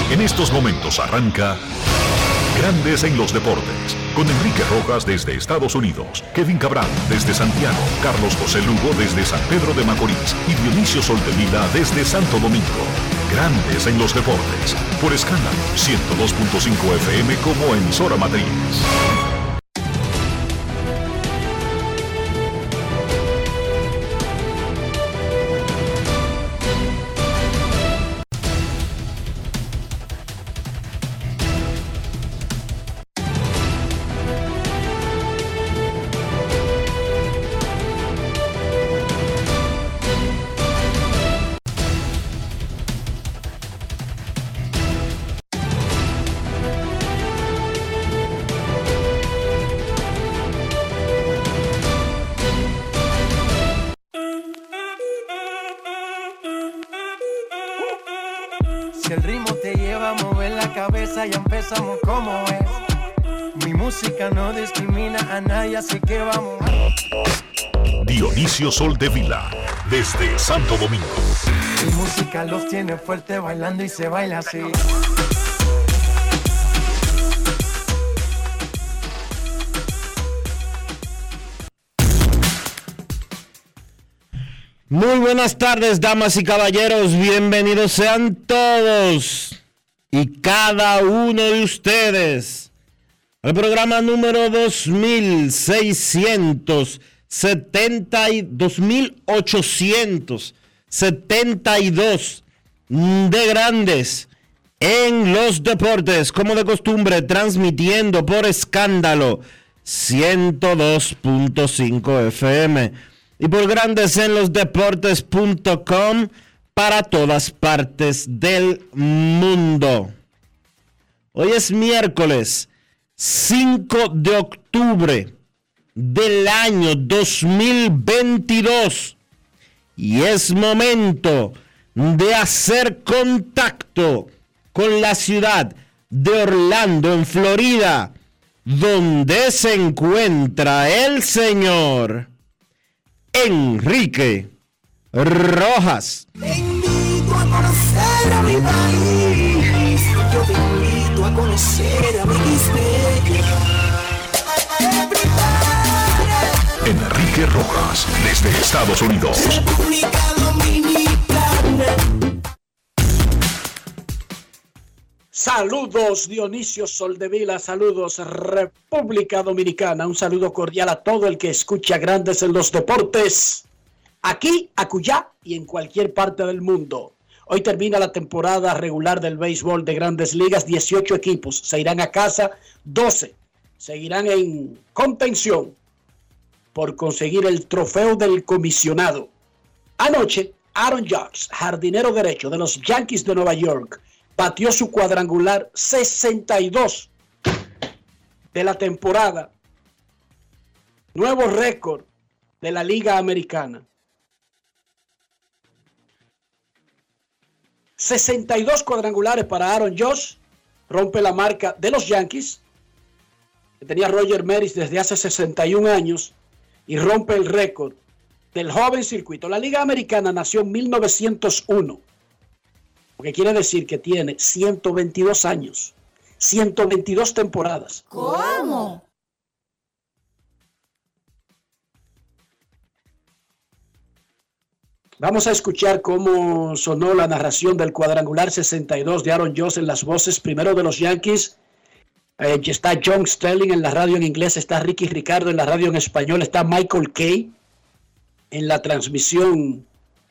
En estos momentos arranca Grandes en los Deportes, con Enrique Rojas desde Estados Unidos, Kevin Cabral desde Santiago, Carlos José Lugo desde San Pedro de Macorís y Dionisio Soltevila desde Santo Domingo. Grandes en los Deportes, por Escándalo 102.5 FM como emisora matriz. Si el ritmo te lleva a mover la cabeza, ya empezamos como es. Mi música no discrimina a nadie, así que vamos. Dionisio Soltevila, desde Santo Domingo. Mi música los tiene fuerte bailando y se baila así. Muy buenas tardes, damas y caballeros, bienvenidos sean todos y cada uno de ustedes al programa número 2872 de Grandes en los Deportes, como de costumbre, transmitiendo por Escándalo 102.5 FM. Y por grandesenlosdeportes.com para todas partes del mundo. Hoy es miércoles 5 de octubre del año 2022. Y es momento de hacer contacto con la ciudad de Orlando, en Florida, donde se encuentra el señor Enrique Rojas. Te invito a conocer a mi país. Yo te invito a conocer a mi Quispeya. Enrique Rojas, desde Estados Unidos. República Dominicana. Saludos Dionisio Soldevila, saludos República Dominicana, un saludo cordial a todo el que escucha Grandes en los Deportes, aquí, acullá y en cualquier parte del mundo. Hoy termina la temporada regular del béisbol de Grandes Ligas, 18 equipos se irán a casa, 12 seguirán en contención por conseguir el trofeo del comisionado. Anoche, Aaron Judge, jardinero derecho de los Yankees de Nueva York, batió su cuadrangular 62 de la temporada. Nuevo récord de la Liga Americana. 62 cuadrangulares para Aaron Judge. Rompe la marca de los Yankees, que tenía Roger Maris desde hace 61 años, y rompe el récord del joven circuito. La Liga Americana nació en 1901. Lo que quiere decir que tiene 122 años, 122 temporadas. ¿Cómo? Vamos a escuchar cómo sonó la narración del cuadrangular 62 de Aaron Judge en las voces primero de los Yankees. Está John Sterling en la radio en inglés, está Ricky Ricardo en la radio en español, está Michael Kay en la transmisión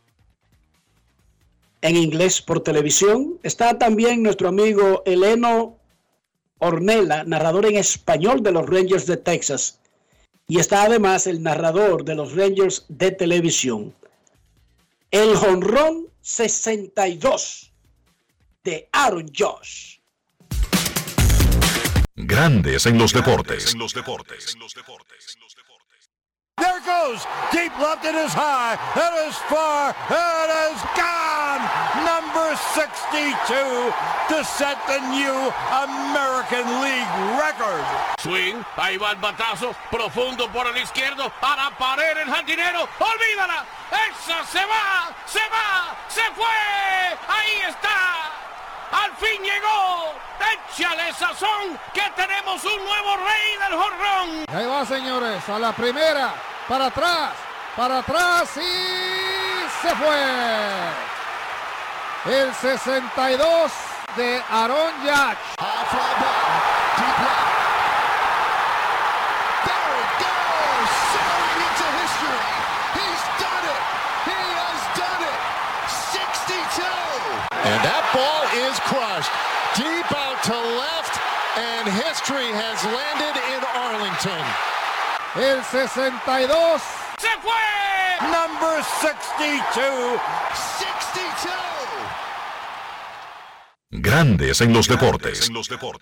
en inglés por televisión. Está también nuestro amigo Eleno Ornella, narrador en español de los Rangers de Texas. Y está además el narrador de los Rangers de televisión. El jonrón 62 de Aaron Judge. Grandes en los Deportes. There goes, deep left, it is high, it is far, it is gone! Number 62 to set the new American League record. Swing, ahí va el batazo, profundo por el izquierdo, a la pared el jardinero, olvídala, esa se va, se fue, ahí está, al fin llegó. Échale sazón, que tenemos un nuevo rey del jonrón. Ahí va, señores, a la primera, para atrás y se fue. El 62 de Aaron Judge. And that ball is crushed deep out to left, and history has landed in Arlington. El 62. ¡Se fue! Number 62. 62. Grandes en los deportes.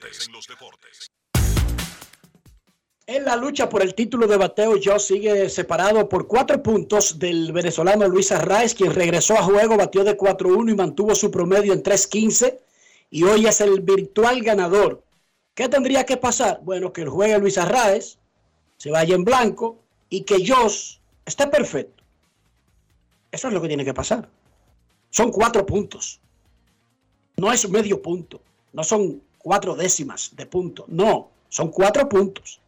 En la lucha por el título de bateo, Joe sigue separado por 4 puntos del venezolano Luis Arraez, quien regresó a juego, batió de 4-1 y mantuvo su promedio en 3.15 y hoy es el virtual ganador. ¿Qué tendría que pasar? Bueno, que juegue Luis Arraez, se vaya en blanco y que Josh esté perfecto. Eso es lo que tiene que pasar. Son 4 puntos. No es medio punto. No son 4 décimas de punto. No, son 4 puntos.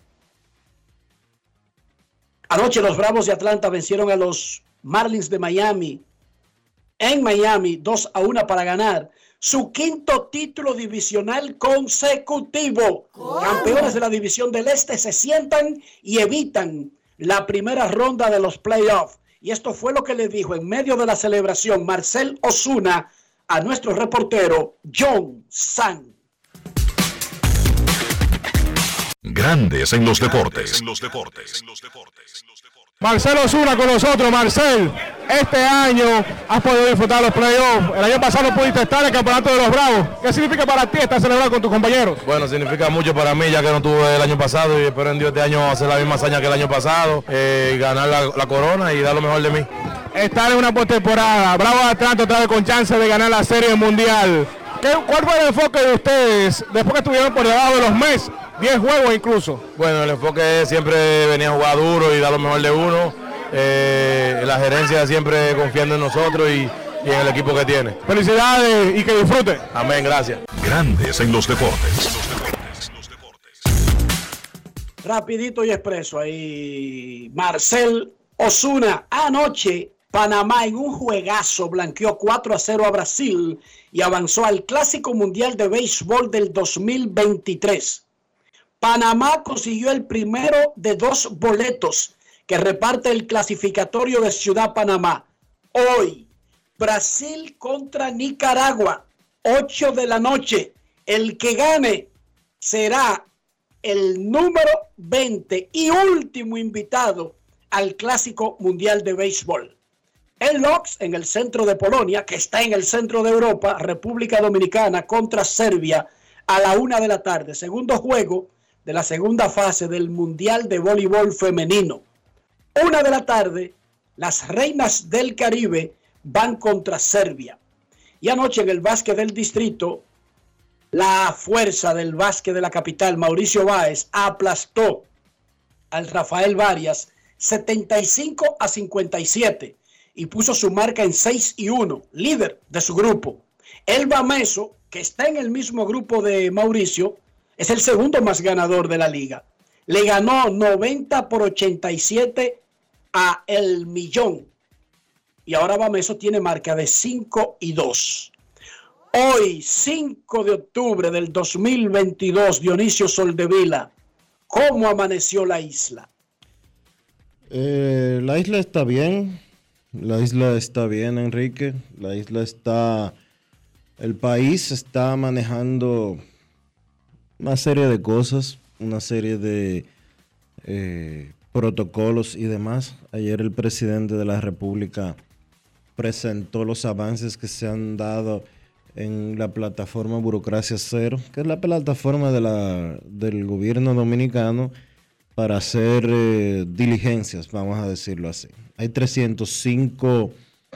Anoche los Bravos de Atlanta vencieron a los Marlins de Miami en Miami 2-1 para ganar su 5º título divisional consecutivo. ¿Cómo? Campeones de la División del Este se sientan y evitan la primera ronda de los playoffs. Y esto fue lo que le dijo en medio de la celebración Marcell Ozuna a nuestro reportero John San. Grandes en los deportes. Marcell Ozuna con nosotros. Marcell, este año has podido disfrutar los playoffs. El año pasado pudiste estar en el campeonato de los Bravos. ¿Qué significa para ti estar celebrando con tus compañeros? Bueno, significa mucho para mí, ya que no tuve el año pasado y espero en Dios este año hacer la misma hazaña que el año pasado, ganar la corona y dar lo mejor de mí. Estar en una postemporada, Bravos de Atlanta otra vez con chance de ganar la Serie Mundial. ¿Cuál fue el enfoque de ustedes después que estuvieron por debajo de los Mets? 10 juegos incluso. Bueno, el enfoque siempre venía a jugar duro y dar lo mejor de uno. La gerencia siempre confiando en nosotros y en el equipo que tiene. Felicidades y que disfrute. Amén, gracias. Grandes en los deportes. Rapidito y expreso ahí. Marcell Ozuna. Anoche Panamá en un juegazo blanqueó 4-0 a Brasil y avanzó al Clásico Mundial de Béisbol del 2023. Panamá consiguió el primero de 2 boletos que reparte el clasificatorio de Ciudad Panamá. Hoy, Brasil contra Nicaragua, 8 de la noche. El que gane será el número 20 y último invitado al Clásico Mundial de Béisbol. El Lodz, en el centro de Polonia, que está en el centro de Europa, República Dominicana contra Serbia a la 1 de la tarde. Segundo juego de la segunda fase del Mundial de Voleibol Femenino. 1 de la tarde, las Reinas del Caribe van contra Serbia. Y anoche en el básquet del distrito, la fuerza del básquet de la capital, Mauricio Báez, aplastó al Rafael Varias 75-57 y puso su marca en 6-1, líder de su grupo. Elba Meso, que está en el mismo grupo de Mauricio, es el segundo más ganador de la liga. Le ganó 90-87 a El Millón. Y ahora Bameso tiene marca de 5-2. Hoy, 5 de octubre del 2022, Dionisio Soldevila, ¿cómo amaneció la isla? La isla está bien. La isla está bien, Enrique. La isla está... El país está manejando una serie de cosas, una serie de protocolos y demás. Ayer el presidente de la República presentó los avances que se han dado en la plataforma Burocracia Cero, que es la plataforma del gobierno dominicano para hacer diligencias, vamos a decirlo así. Hay 305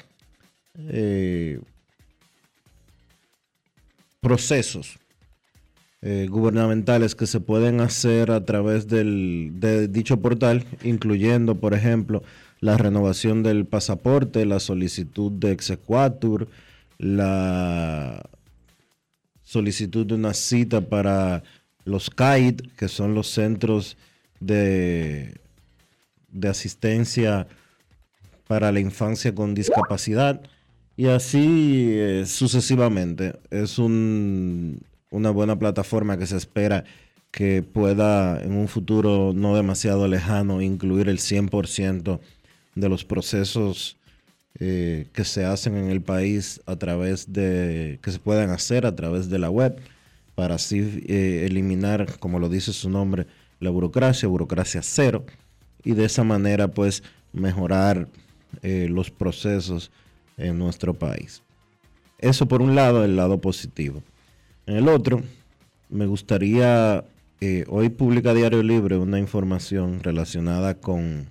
procesos gubernamentales que se pueden hacer a través de dicho portal, incluyendo, por ejemplo, la renovación del pasaporte, la solicitud de exequatur, la solicitud de una cita para los CAID, que son los centros de asistencia para la infancia con discapacidad, y así sucesivamente. Es una buena plataforma que se espera que pueda en un futuro no demasiado lejano incluir el 100% de los procesos que se hacen en el país que se puedan hacer a través de la web, para así eliminar, como lo dice su nombre, la burocracia cero, y de esa manera pues mejorar los procesos en nuestro país. Eso por un lado, el lado positivo. En el otro, me gustaría, hoy publica Diario Libre una información relacionada con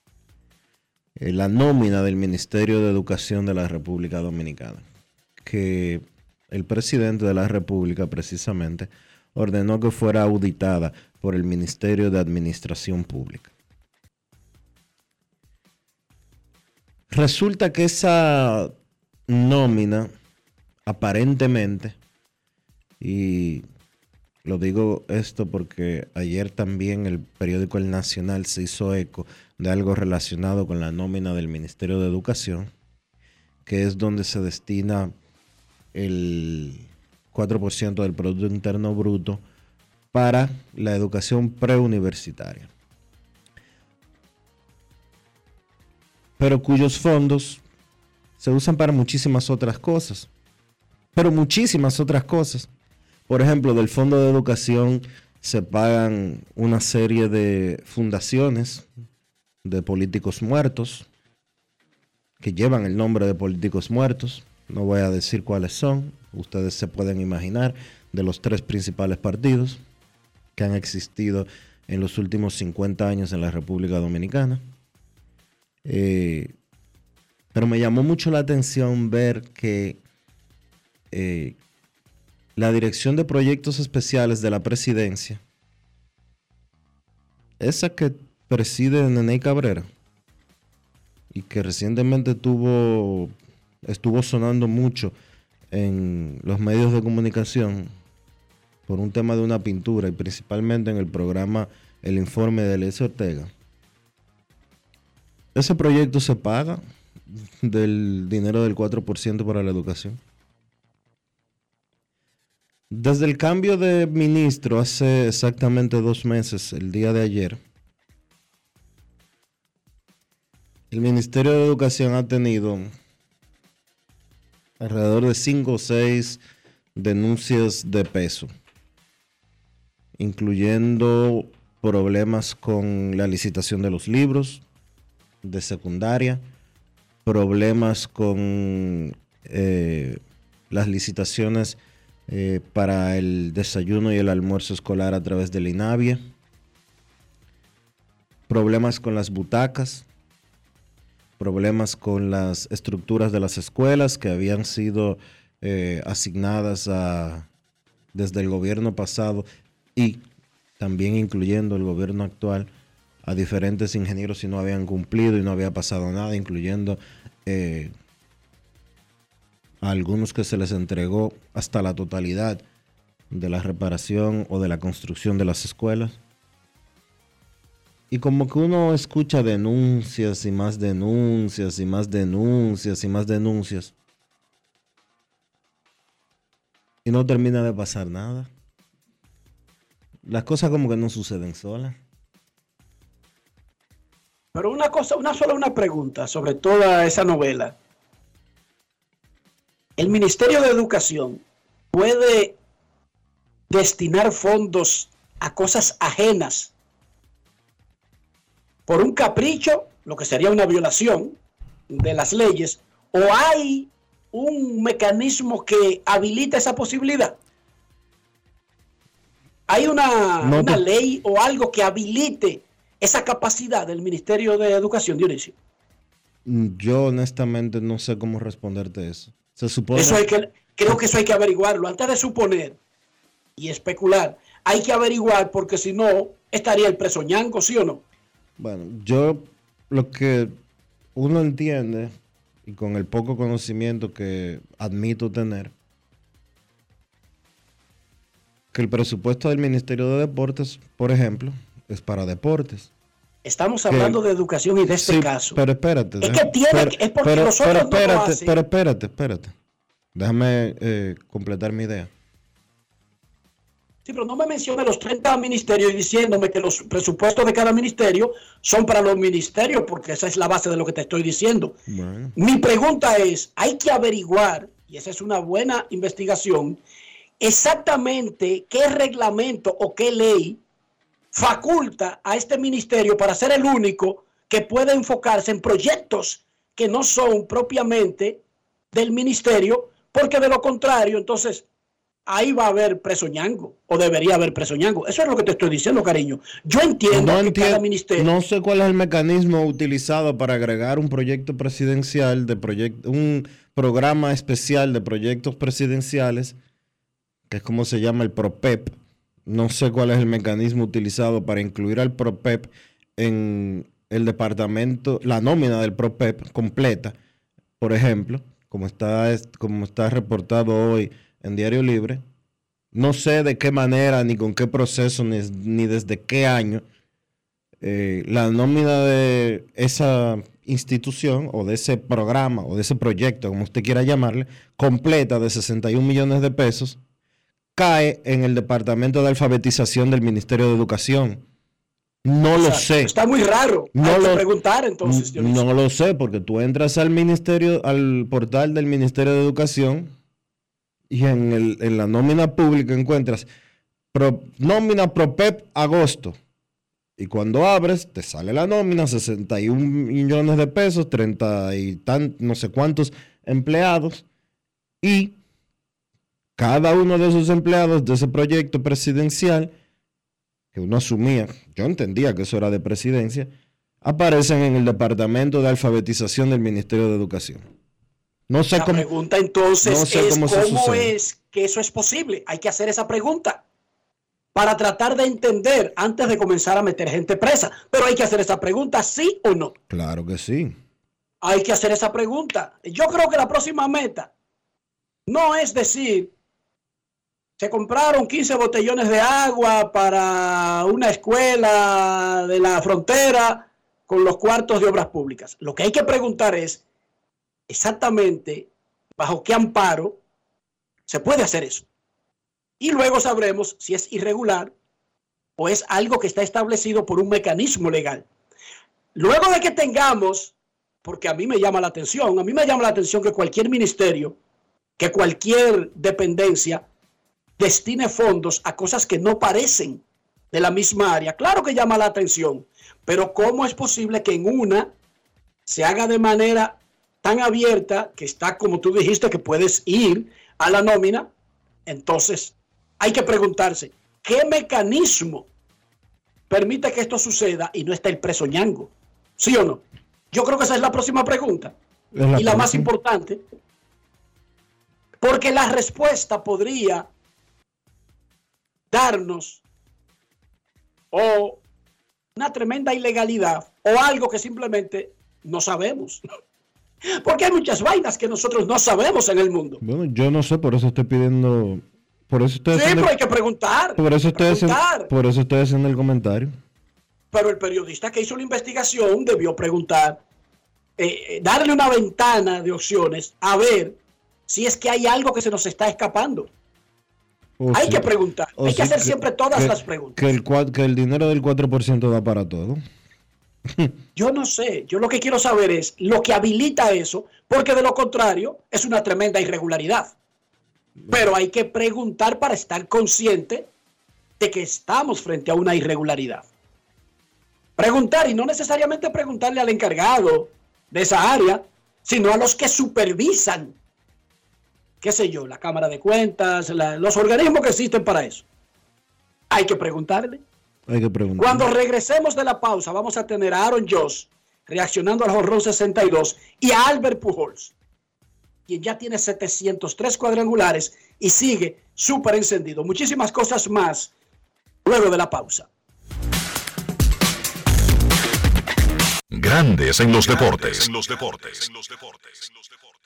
la nómina del Ministerio de Educación de la República Dominicana, que el presidente de la República precisamente ordenó que fuera auditada por el Ministerio de Administración Pública. Resulta que esa nómina, aparentemente, y lo digo esto porque ayer también el periódico El Nacional se hizo eco de algo relacionado con la nómina del Ministerio de Educación, que es donde se destina el 4% del Producto Interno Bruto para la educación preuniversitaria, pero cuyos fondos se usan para muchísimas otras cosas. Por ejemplo, del Fondo de Educación se pagan una serie de fundaciones de políticos muertos, que llevan el nombre de políticos muertos. No voy a decir cuáles son, ustedes se pueden imaginar, de los 3 principales partidos que han existido en los últimos 50 años en la República Dominicana. Pero me llamó mucho la atención ver que la Dirección de Proyectos Especiales de la Presidencia, esa que preside Neney Cabrera y que recientemente estuvo sonando mucho en los medios de comunicación por un tema de una pintura, y principalmente en el programa El Informe de Eliezer Ortega. Ese proyecto se paga del dinero del 4% para la educación. Desde el cambio de ministro hace exactamente 2 meses, el día de ayer, el Ministerio de Educación ha tenido alrededor de 5 o 6 denuncias de peso, incluyendo problemas con la licitación de los libros de secundaria, problemas con las licitaciones para el desayuno y el almuerzo escolar a través del INAVIE, problemas con las butacas, problemas con las estructuras de las escuelas que habían sido asignadas desde el gobierno pasado y también incluyendo el gobierno actual a diferentes ingenieros y no habían cumplido y no había pasado nada, incluyendo a algunos que se les entregó hasta la totalidad de la reparación o de la construcción de las escuelas. Y como que uno escucha denuncias y más denuncias y más denuncias y más denuncias, y no termina de pasar nada. Las cosas como que no suceden solas. Pero una pregunta sobre toda esa novela. ¿El Ministerio de Educación puede destinar fondos a cosas ajenas por un capricho, lo que sería una violación de las leyes, o hay un mecanismo que habilita esa posibilidad? ¿Hay una ley o algo que habilite esa capacidad del Ministerio de Educación, Dionisio? Yo honestamente no sé cómo responderte eso. Se supone... Creo que eso hay que averiguarlo. Antes de suponer y especular, hay que averiguar, porque si no, estaría el preso ñango, ¿sí o no? Bueno, yo lo que uno entiende, y con el poco conocimiento que admito tener, que el presupuesto del Ministerio de Deportes, por ejemplo, es para deportes. Estamos hablando de educación y de este caso. Pero espérate. Es que tiene, es porque nosotros no lo hacen. Pero espérate. Déjame completar mi idea. Sí, pero no me mencione los 30 ministerios y diciéndome que los presupuestos de cada ministerio son para los ministerios, porque esa es la base de lo que te estoy diciendo. Bueno. Mi pregunta es, hay que averiguar, y esa es una buena investigación, exactamente qué reglamento o qué ley faculta a este ministerio para ser el único que puede enfocarse en proyectos que no son propiamente del ministerio, porque de lo contrario, entonces, ahí va a haber presoñango, o debería haber presoñango. Eso es lo que te estoy diciendo, cariño. Yo entiendo que cada ministerio... No sé cuál es el mecanismo utilizado para agregar un proyecto presidencial, un programa especial de proyectos presidenciales, que es como se llama el PROPEP. No sé cuál es el mecanismo utilizado para incluir al PROPEP en el departamento, la nómina del PROPEP completa, por ejemplo, como está reportado hoy en Diario Libre. No sé de qué manera, ni con qué proceso, ni desde qué año la nómina de esa institución o de ese programa o de ese proyecto, como usted quiera llamarle, completa de 61 millones de pesos, cae en el departamento de alfabetización del Ministerio de Educación. No lo sé. Está muy raro. Hay que preguntar entonces. No lo sé, porque tú entras al portal del Ministerio de Educación y en la nómina pública encuentras nómina PROPEP agosto. Y cuando abres, te sale la nómina, 61 millones de pesos, 30 y no sé cuántos empleados. Y cada uno de esos empleados de ese proyecto presidencial, que uno asumía, yo entendía que eso era de presidencia, aparecen en el departamento de alfabetización del Ministerio de Educación. No sé cómo. La pregunta entonces es cómo es que eso es posible. Hay que hacer esa pregunta para tratar de entender antes de comenzar a meter gente presa. Pero hay que hacer esa pregunta, ¿sí o no? Claro que sí. Hay que hacer esa pregunta. Yo creo que la próxima meta no es decir, se compraron 15 botellones de agua para una escuela de la frontera con los cuartos de obras públicas. Lo que hay que preguntar es exactamente bajo qué amparo se puede hacer eso. Y luego sabremos si es irregular o es algo que está establecido por un mecanismo legal. Luego de que tengamos, porque a mí me llama la atención que cualquier ministerio, que cualquier dependencia destine fondos a cosas que no parecen de la misma área. Claro que llama la atención, pero ¿cómo es posible que en una se haga de manera tan abierta, que está, como tú dijiste, que puedes ir a la nómina? Entonces, hay que preguntarse, ¿qué mecanismo permite que esto suceda y no está el presoñango? ¿Sí o no? Yo creo que esa es la próxima pregunta. Y la más importante, porque la respuesta podría darnos o una tremenda ilegalidad o algo que simplemente no sabemos. Porque hay muchas vainas que nosotros no sabemos en el mundo. Bueno, yo no sé, por eso estoy pidiendo. Por eso estoy pero hay que preguntar. Por eso estoy haciendo el comentario. Pero el periodista que hizo la investigación debió preguntar, darle una ventana de opciones a ver si es que hay algo que se nos está escapando. Hay que preguntar. Hay que hacer siempre todas las preguntas. Que el dinero del 4% da para todo. Yo no sé. Yo lo que quiero saber es lo que habilita eso, porque de lo contrario es una tremenda irregularidad. Pero hay que preguntar para estar consciente de que estamos frente a una irregularidad. Preguntar, y no necesariamente preguntarle al encargado de esa área, sino a los que supervisan, qué sé yo, la Cámara de Cuentas, los organismos que existen para eso. Hay que preguntarle. Cuando regresemos de la pausa, vamos a tener a Aaron Judge reaccionando al jonrón 62 y a Albert Pujols, quien ya tiene 703 cuadrangulares y sigue súper encendido. Muchísimas cosas más luego de la pausa. Grandes en los deportes.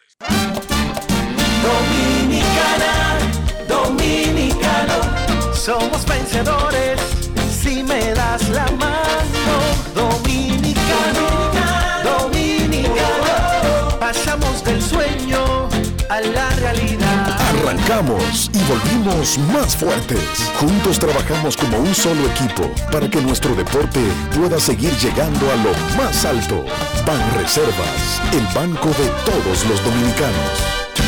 Dominicana, dominicano, unificamos y volvimos más fuertes. Juntos trabajamos como un solo equipo para que nuestro deporte pueda seguir llegando a lo más alto. Banreservas, el banco de todos los dominicanos.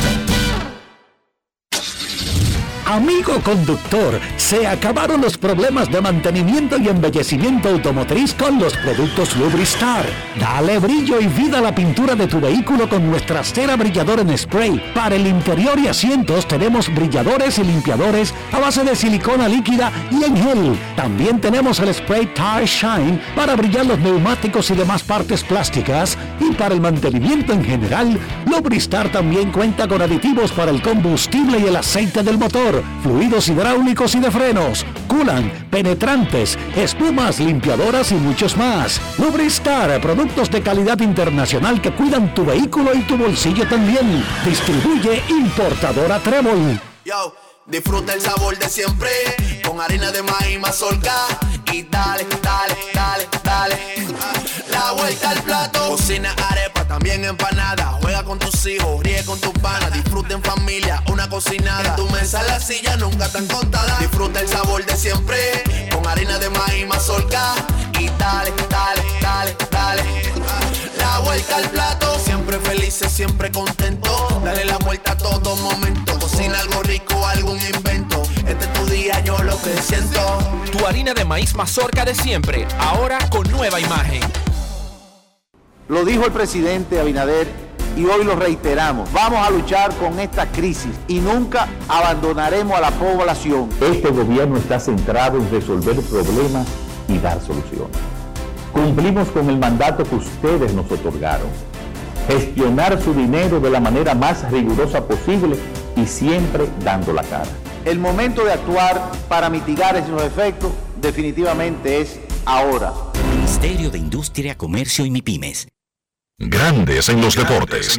Amigo conductor, se acabaron los problemas de mantenimiento y embellecimiento automotriz con los productos Lubristar. Dale brillo y vida a la pintura de tu vehículo con nuestra cera brilladora en spray. Para el interior y asientos tenemos brilladores y limpiadores a base de silicona líquida y en gel. También tenemos el spray Tire Shine para brillar los neumáticos y demás partes plásticas. Y para el mantenimiento en general, Lubristar también cuenta con aditivos para el combustible y el aceite del motor, fluidos hidráulicos y de frenos, culan, penetrantes, espumas, limpiadoras y muchos más. Lubristar, productos de calidad internacional que cuidan tu vehículo y tu bolsillo también. Distribuye importadora Trébol. Yo, disfruta el sabor de siempre con harina de maíz mazorca y dale, dale, dale, dale. La vuelta al plato. Cocina arepa, también empanada. Juega con tus hijos, ríe con tus panas. Disfruta en familia, una cocinada. En tu mesa, la silla nunca tan contada. Disfruta el sabor de siempre con harina de maíz mazorca y dale, dale, dale, dale. La vuelta al plato. Siempre felices, siempre contentos. Dale la vuelta a todo momento. Cocina algo rico, algún invento. Este es tu día, yo lo que siento. Tu harina de maíz mazorca de siempre, ahora con nueva imagen. Lo dijo el presidente Abinader y hoy lo reiteramos. Vamos a luchar con esta crisis y nunca abandonaremos a la población. Este gobierno está centrado en resolver problemas y dar soluciones. Cumplimos con el mandato que ustedes nos otorgaron. Gestionar su dinero de la manera más rigurosa posible y siempre dando la cara. El momento de actuar para mitigar esos efectos definitivamente es ahora. Ministerio de Industria, Comercio y MIPYMES. Grandes en los deportes.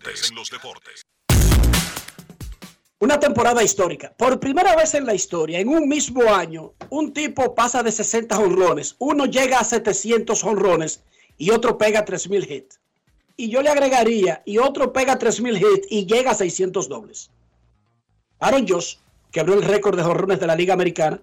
Una temporada histórica. Por primera vez en la historia, en un mismo año, un tipo pasa de 60 jonrones, uno llega a 700 jonrones y otro pega 3,000 hits. Y yo le agregaría, y otro pega 3,000 hits y llega a 600 dobles. Aaron Josh quebró el récord de jonrones de la Liga Americana,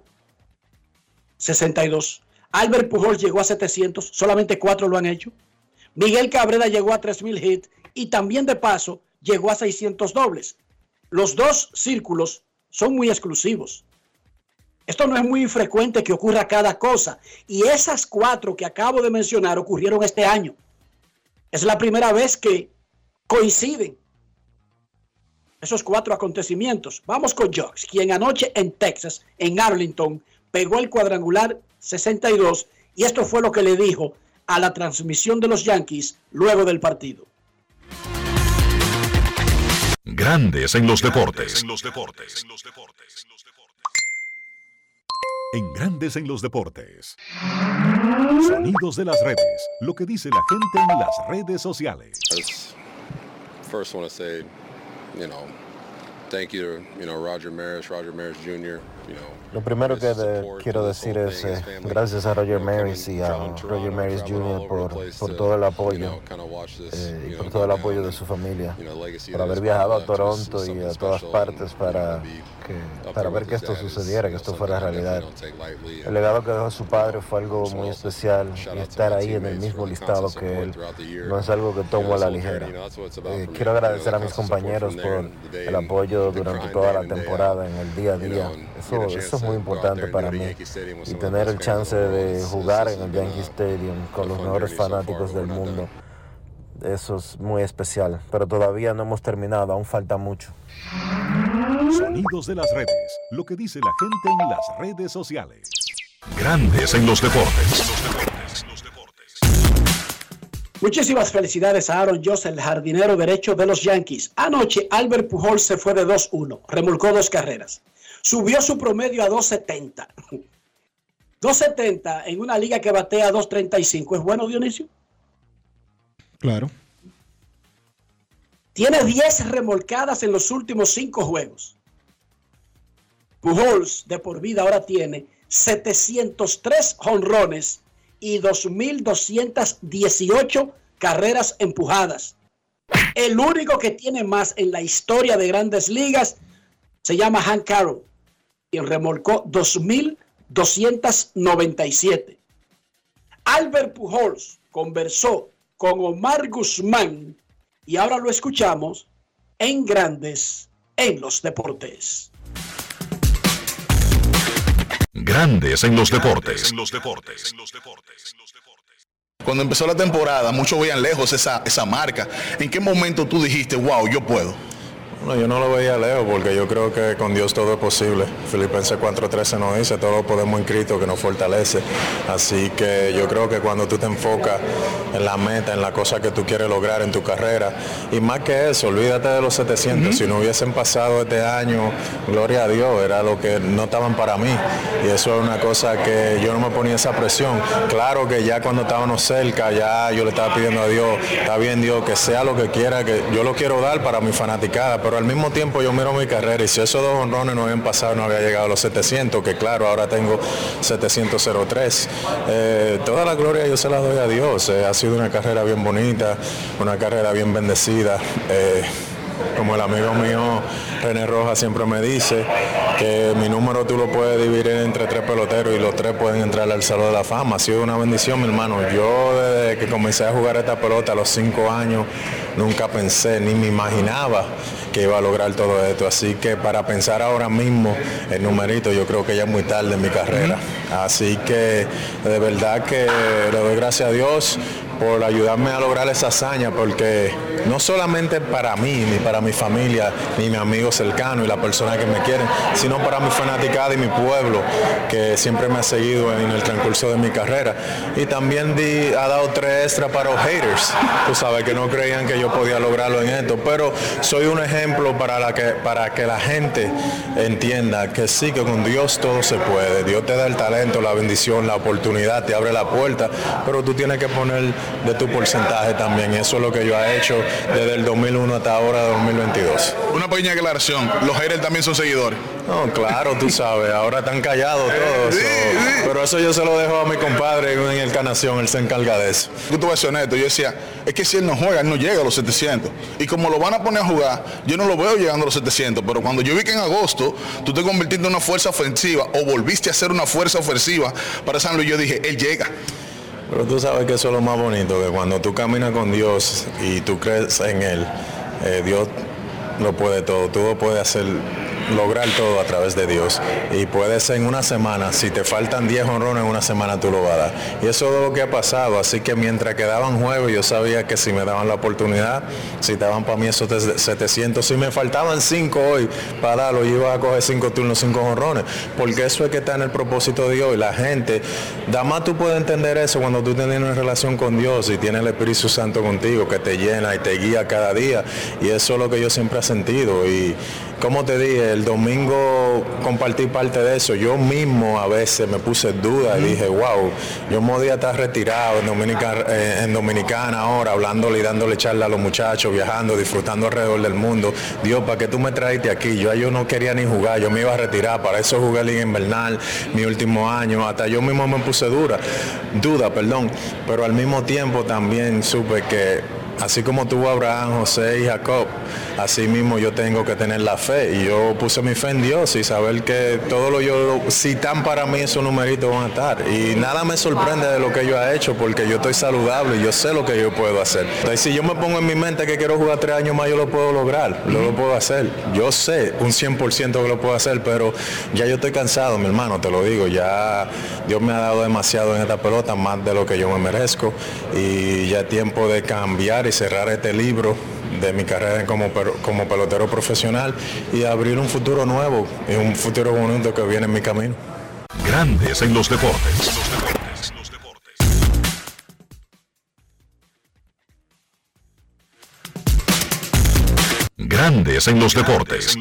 62. Albert Pujols llegó a 700, solamente 4 lo han hecho. Miguel Cabrera llegó a 3,000 hits y también de paso llegó a 600 dobles. Los dos círculos son muy exclusivos. Esto no es muy infrecuente que ocurra cada cosa. Y esas 4 que acabo de mencionar ocurrieron este año. Es la primera vez que coinciden esos 4 acontecimientos. Vamos con Josh, quien anoche en Texas, en Arlington, pegó el cuadrangular 62 y esto fue lo que le dijo a la transmisión de los Yankees luego del partido. Grandes en los deportes. En Grandes en los deportes. Sonidos de las redes. Lo que dice la gente en las redes sociales. First want to say, thank you to, Roger Maris Jr., Lo primero que quiero decir es gracias a Roger Maris y a Roger Maris Jr. por todo el apoyo y por todo el apoyo de su familia, por haber viajado a Toronto y a todas partes para ver que esto sucediera, que esto fuera realidad. El legado que dejó su padre fue algo muy especial y estar ahí en el mismo listado que él no es algo que tomo a la ligera. Quiero agradecer a mis compañeros por el apoyo durante toda la temporada, en el día a día. Eso es muy importante para mí, y tener el chance de jugar en el Yankee Stadium con los mejores fanáticos del mundo, eso es muy especial, pero todavía no hemos terminado, aún falta mucho. Sonidos de las redes, lo que dice la gente en las redes sociales. Grandes en los deportes. Muchísimas felicidades a Aaron Josh, el jardinero derecho de los Yankees. Anoche Albert Pujols se fue de 2-1, remolcó 2 carreras. Subió su promedio a 2.70. 2.70 en una liga que batea 2.35. ¿Es bueno, Dionisio? Claro. Tiene 10 remolcadas en los últimos 5 juegos. Pujols de por vida ahora tiene 703 jonrones y 2.218 carreras empujadas. El único que tiene más en la historia de Grandes Ligas Se llama Hank Aaron, quien remolcó 2.297. Albert Pujols conversó con Omar Guzmán y ahora lo escuchamos en Grandes en los Deportes. Grandes en los Deportes. Cuando empezó la temporada, muchos veían lejos esa marca. ¿En qué momento tú dijiste, wow, yo puedo? No, yo no lo veía lejos porque yo creo que con Dios todo es posible. Filipenses 4:13 nos dice, todo lo podemos en Cristo que nos fortalece. Así que yo creo que cuando tú te enfocas en la meta, en la cosa que tú quieres lograr en tu carrera, y más que eso, olvídate de los 700. Si no hubiesen pasado este año, gloria a Dios, era lo que no estaban para mí. Y eso es una cosa que yo no me ponía esa presión. Claro que ya cuando estábamos cerca, ya yo le estaba pidiendo a Dios, está bien Dios, que sea lo que quiera, que yo lo quiero dar para mi fanaticada, pero al mismo tiempo yo miro mi carrera y si esos 2 jonrones no habían pasado, no había llegado a los 700, que claro, ahora tengo 703. Toda la gloria yo se la doy a Dios. Ha sido una carrera bien bonita, una carrera bien bendecida. Como el amigo mío René Rojas siempre me dice, que mi número tú lo puedes dividir entre 3 peloteros y los 3 pueden entrar al Salón de la Fama. Ha sido una bendición, mi hermano. Yo desde que comencé a jugar esta pelota a los 5 años, nunca pensé ni me imaginaba que iba a lograr todo esto. Así que para pensar ahora mismo el numerito, yo creo que ya es muy tarde en mi carrera. Así que de verdad que le doy gracias a Dios por ayudarme a lograr esa hazaña, porque no solamente para mí, ni para mi familia, ni mi amigo cercano y la persona que me quieren, sino para mi fanaticada y mi pueblo, que siempre me ha seguido en el transcurso de mi carrera. Y también ha dado 3 extra para los haters, tú sabes, que no creían que yo podía lograrlo en esto, pero soy un ejemplo para que la gente entienda que sí, que con Dios todo se puede. Dios te da el talento, la bendición, la oportunidad, te abre la puerta, pero tú tienes que poner de tu porcentaje también. Eso es lo que yo he hecho desde el 2001 hasta ahora, 2022. Una pequeña aclaración, los haters también son seguidores. No, claro, tú sabes, ahora están callados todos. Pero eso yo se lo dejo a mi compadre en el Encarnación, él se encarga de eso. Yo te voy a ser honesto, yo decía, es que si él no juega, él no llega a los 700. Y como lo van a poner a jugar, yo no lo veo llegando a los 700. Pero cuando yo vi que en agosto tú te convertiste en una fuerza ofensiva o volviste a ser una fuerza ofensiva para San Luis, yo dije, él llega. Pero tú sabes que eso es lo más bonito, que cuando tú caminas con Dios y tú crees en Él, Dios lo puede todo, tú lo puedes lograr todo a través de Dios. Y puedes en una semana, si te faltan 10 jonrones en una semana, tú lo vas a dar. Y eso es lo que ha pasado. Así que mientras quedaban juegos, yo sabía que si me daban la oportunidad, si daban para mí esos 700, si me faltaban 5 hoy para darlo, yo iba a coger 5 turnos, 5 jonrones. Porque eso es que está en el propósito de Dios. Y la gente, nada más tú puedes entender eso cuando tú tienes una relación con Dios y tienes el Espíritu Santo contigo, que te llena y te guía cada día. Y eso es lo que yo siempre he sentido. Y como te dije, el domingo compartí parte de eso. Yo mismo a veces me puse en duda y dije, wow, yo me podía estar retirado en Dominicana ahora, hablándole y dándole charla a los muchachos, viajando, disfrutando alrededor del mundo. Dios, ¿para qué tú me traiste aquí? Yo no quería ni jugar, yo me iba a retirar. Para eso jugué Liga Invernal, mi último año. Hasta yo mismo me puse duda, pero al mismo tiempo también supe que así como tuvo Abraham, José y Jacob, así mismo yo tengo que tener la fe. Y yo puse mi fe en Dios y saber que si están para mí, esos numeritos van a estar. Y nada me sorprende de lo que yo he hecho, porque yo estoy saludable y yo sé lo que yo puedo hacer. Entonces, si yo me pongo en mi mente que quiero jugar 3 años más, yo lo puedo lograr, lo puedo hacer. Yo sé un 100% que lo puedo hacer, pero ya yo estoy cansado, mi hermano, te lo digo. Ya Dios me ha dado demasiado en esta pelota, más de lo que yo me merezco. Y ya es tiempo de cambiar y cerrar este libro de mi carrera como pelotero profesional y abrir un futuro nuevo y un futuro bonito que viene en mi camino. Grandes en los deportes. Grandes en los deportes.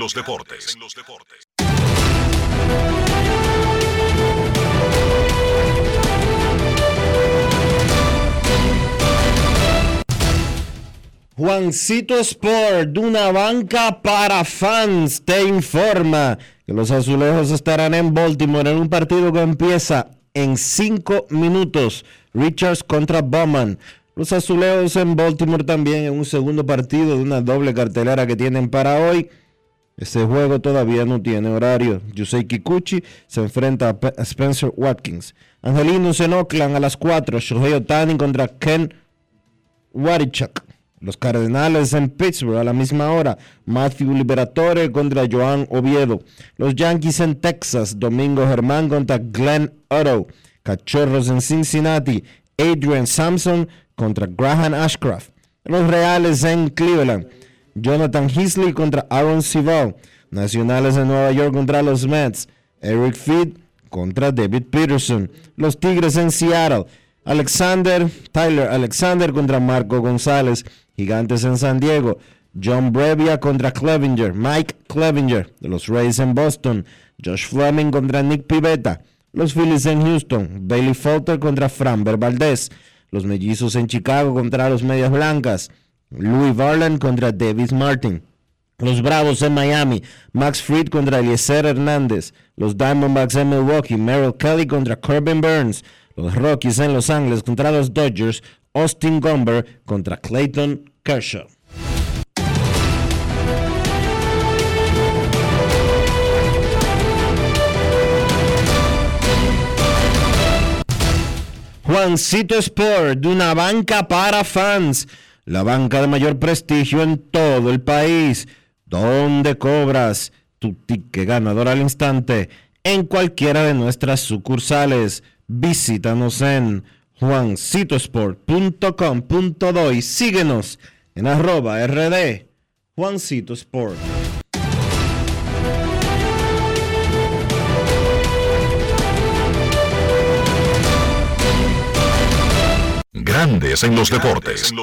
Juancito Sport, de una banca para fans, te informa que los azulejos estarán en Baltimore en un partido que empieza en 5 minutos. Richards contra Bowman. Los azulejos en Baltimore también en un segundo partido de una doble cartelera que tienen para hoy. Ese juego todavía no tiene horario. Yusei Kikuchi se enfrenta a Spencer Watkins. Angelinos en Oakland a las 4. Shohei Ohtani contra Ken Warichak. Los Cardenales en Pittsburgh a la misma hora. Matthew Liberatore contra Joan Oviedo. Los Yankees en Texas. Domingo Germán contra Glenn Otto. Cachorros en Cincinnati. Adrian Sampson contra Graham Ashcraft. Los Reales en Cleveland. Jonathan Heasley contra Aaron Civil. Nacionales en Nueva York contra los Mets. Eric Feed contra David Peterson. Los Tigres en Seattle. Tyler Alexander contra Marco González. Gigantes en San Diego. John Brevia contra Mike Clevinger de los Rays en Boston. Josh Fleming contra Nick Pivetta. Los Phillies en Houston. Bailey Falter contra Framber Valdez. Los Mellizos en Chicago contra los Medias Blancas. Louis Varland contra Davis Martin. Los Bravos en Miami. Max Fried contra Eliezer Hernández. Los Diamondbacks en Milwaukee. Merrill Kelly contra Corbin Burns. Los Rockies en Los Ángeles contra los Dodgers. Austin Gomber contra Clayton Kershaw. Juancito Sport, de una banca para fans, la banca de mayor prestigio en todo el país, donde cobras tu ticket ganador al instante en cualquiera de nuestras sucursales. Visítanos en juancitosport.com.do y síguenos en @RD Juancito Sport. Grandes en los deportes.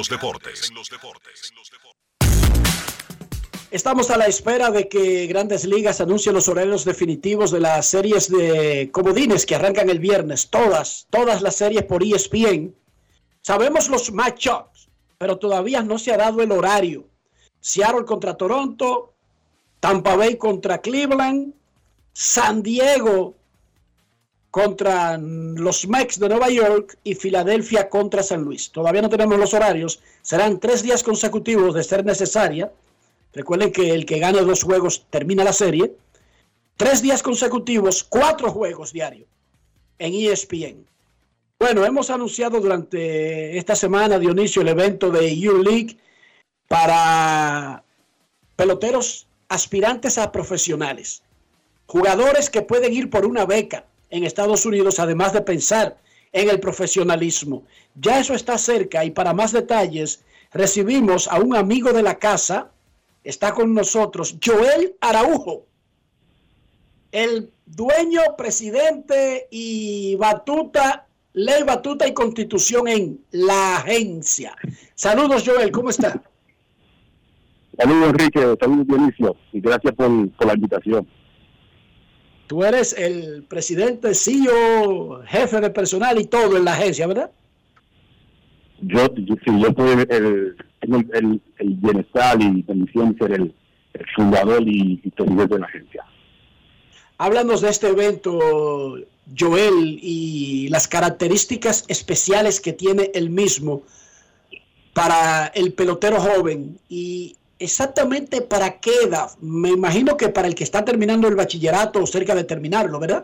Estamos a la espera de que Grandes Ligas anuncie los horarios definitivos de las series de comodines que arrancan el viernes. Todas las series por ESPN. Sabemos los matchups, pero todavía no se ha dado el horario. Seattle contra Toronto, Tampa Bay contra Cleveland, San Diego contra los Mets de Nueva York y Filadelfia contra San Luis. Todavía no tenemos los horarios. Serán 3 días consecutivos de ser necesaria. Recuerden que el que gane 2 juegos termina la serie. 3 días consecutivos, 4 juegos diarios en ESPN. Bueno, hemos anunciado durante esta semana, Dionisio, el evento de U-League para peloteros aspirantes a profesionales. Jugadores que pueden ir por una beca en Estados Unidos, además de pensar en el profesionalismo. Ya eso está cerca y para más detalles recibimos a un amigo de la casa. Está con nosotros Joel Araujo, el dueño, presidente y ley, batuta y constitución en La Agencia. Saludos, Joel, ¿cómo está? Saludos, Enrique, saludos, Dionisio, y gracias por la invitación. Tú eres el presidente, CEO, jefe de personal y todo en la agencia, ¿verdad? Yo soy el bienestar y bendición ser el fundador y presidente de la agencia. Háblanos de este evento, Joel, y las características especiales que tiene el mismo para el pelotero joven y exactamente para qué edad. Me imagino que para el que está terminando el bachillerato o cerca de terminarlo, ¿verdad?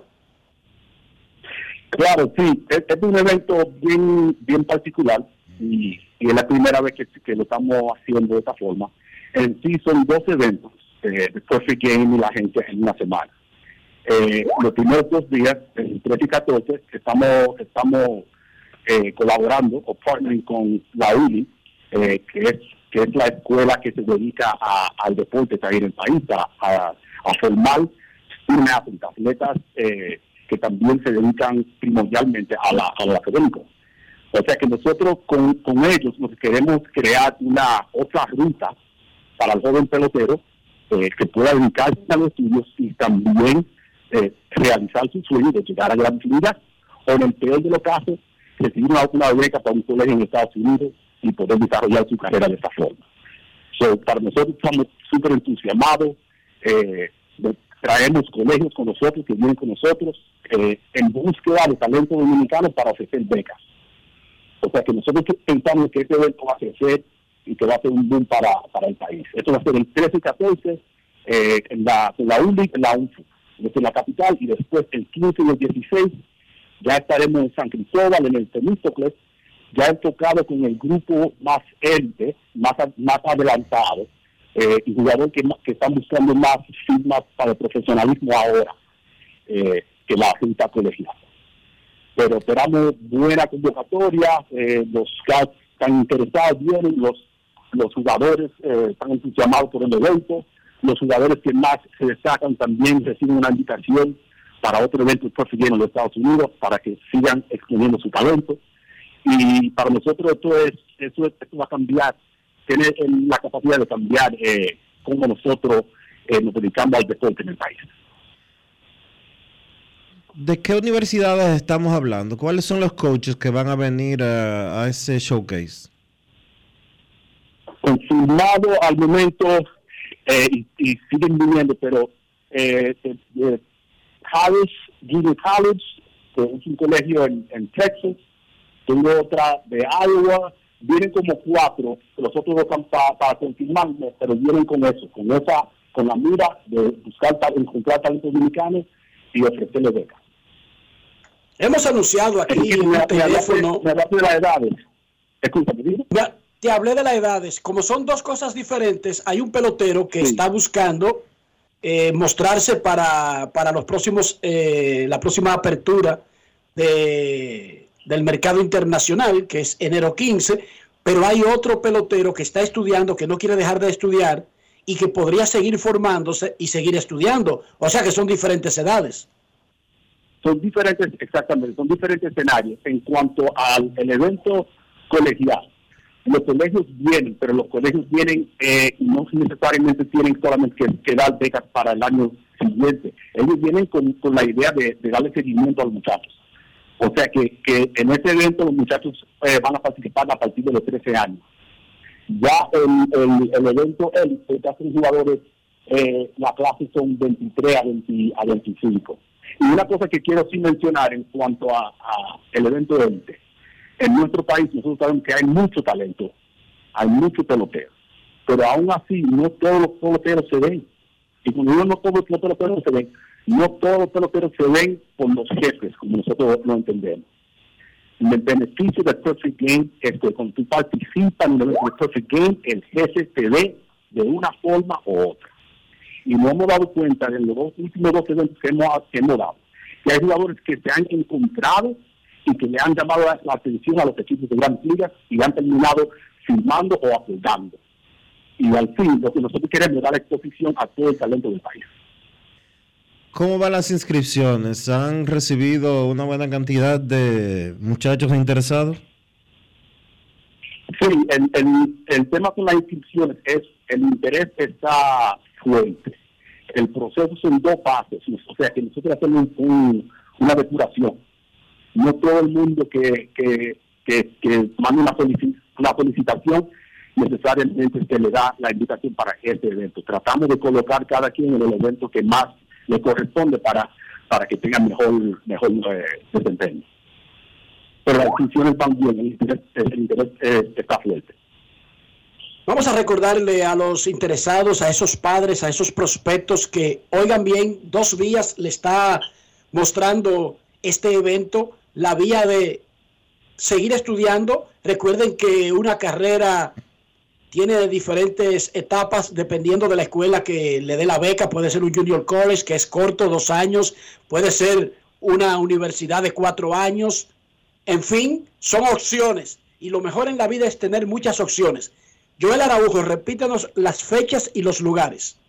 Claro, sí. Es un evento bien particular y es la primera vez que lo estamos haciendo de esta forma. En sí son 2 eventos, The Perfect Game y la agencia en una semana. Los primeros 2 días, el 13 y 14, estamos colaborando o partnering con la ULI, que es la escuela que se dedica al deporte que hay en el país, a formar atletas que también se dedican primordialmente a lo académico. O sea que nosotros con ellos nos queremos crear una otra ruta para el joven pelotero que pueda dedicarse a los estudios y también realizar su sueño de llegar a grandes ligas, o en el peor de los casos, recibir una beca para un colegio en Estados Unidos y poder desarrollar su carrera de esta forma. Para nosotros estamos súper entusiasmados, traemos colegios con nosotros, que vienen con nosotros, en búsqueda de talento dominicano para ofrecer becas. O sea que nosotros pensamos que este evento va a crecer y que va a ser un boom para el país. Esto va a ser el 13 y 14 en la ULI, en la UNFU, en la capital, y después el 15 y el 16 ya estaremos en San Cristóbal, en el Temístocles, ya enfocado con el grupo más élite, más adelantado, y jugadores que están buscando más firmas para el profesionalismo ahora que la junta colegial. Pero esperamos buena convocatoria, los scouts están interesados, vienen, los jugadores están entusiasmados por el evento, los jugadores que más se destacan también reciben una invitación para otro evento próximo en los Estados Unidos para que sigan exponiendo su talento. Y para nosotros esto va a cambiar, tiene la capacidad de cambiar cómo nosotros nos dedicamos al deporte en el país. ¿De qué universidades estamos hablando? ¿Cuáles son los coaches que van a venir a ese showcase? Confirmado al momento y siguen viniendo, pero Harris Junior College, que es un colegio en Texas, tengo otra de Iowa, vienen como 4, los otros 2 están para confirmarme, pero vienen con eso, con la mira de encontrar talentos dominicanos y ofrecerles becas. Hemos anunciado aquí en el teléfono. Me hablé de las edades. Escúchame, ¿sí? Te hablé de las edades. Como son dos cosas diferentes, hay un pelotero que está buscando mostrarse para los próximos, la próxima apertura del mercado internacional, que es enero 15, pero hay otro pelotero que está estudiando, que no quiere dejar de estudiar y que podría seguir formándose y seguir estudiando. O sea que son diferentes edades. Son diferentes, exactamente, son diferentes escenarios. En cuanto al evento colegial, los colegios vienen, pero los colegios vienen no necesariamente tienen solamente que dar becas para el año siguiente. Ellos vienen con la idea de darle seguimiento a los muchachos. O sea que en este evento los muchachos van a participar a partir de los 13 años. Ya el evento ya son jugadores, la clase son 23 a 25. Y una cosa que quiero sí mencionar en cuanto a el evento élite. En nuestro país nosotros sabemos que hay mucho talento, hay mucho pelotero, pero aún así no todos los peloteros se ven. Y cuando digo no todos los peloteros se ven, no todos los peloteros se ven por los jefes, como nosotros lo entendemos. El beneficio del Perfect Game es que cuando tú participas en el Perfect Game, el jefe te ve de una forma u otra. Y nos hemos dado cuenta en los últimos 2 eventos que hemos dado, que hay jugadores que se han encontrado y que le han llamado la atención a los equipos de grandes ligas y han terminado firmando o apoyando. Y al fin, lo que nosotros queremos es dar exposición a todo el talento del país. ¿Cómo van las inscripciones? ¿Han recibido una buena cantidad de muchachos interesados? Sí, el tema con las inscripciones es el interés está fuerte. El proceso son 2 fases, o sea que nosotros hacemos una depuración. No todo el mundo que manda una solicitación necesariamente se le da la invitación para este evento. Tratamos de colocar cada quien en el evento que más le corresponde para que tenga mejor desempeño. Pero las inscripciones van bien, el interés está fuerte. Vamos a recordarle a los interesados, a esos padres, a esos prospectos que, oigan bien, 2 vías le está mostrando este evento. La vía de seguir estudiando. Recuerden que una carrera tiene diferentes etapas dependiendo de la escuela que le dé la beca. Puede ser un junior college, que es corto, 2 años. Puede ser una universidad de 4 años. En fin, son opciones. Y lo mejor en la vida es tener muchas opciones. Joel Araujo, repítanos las fechas y los lugares.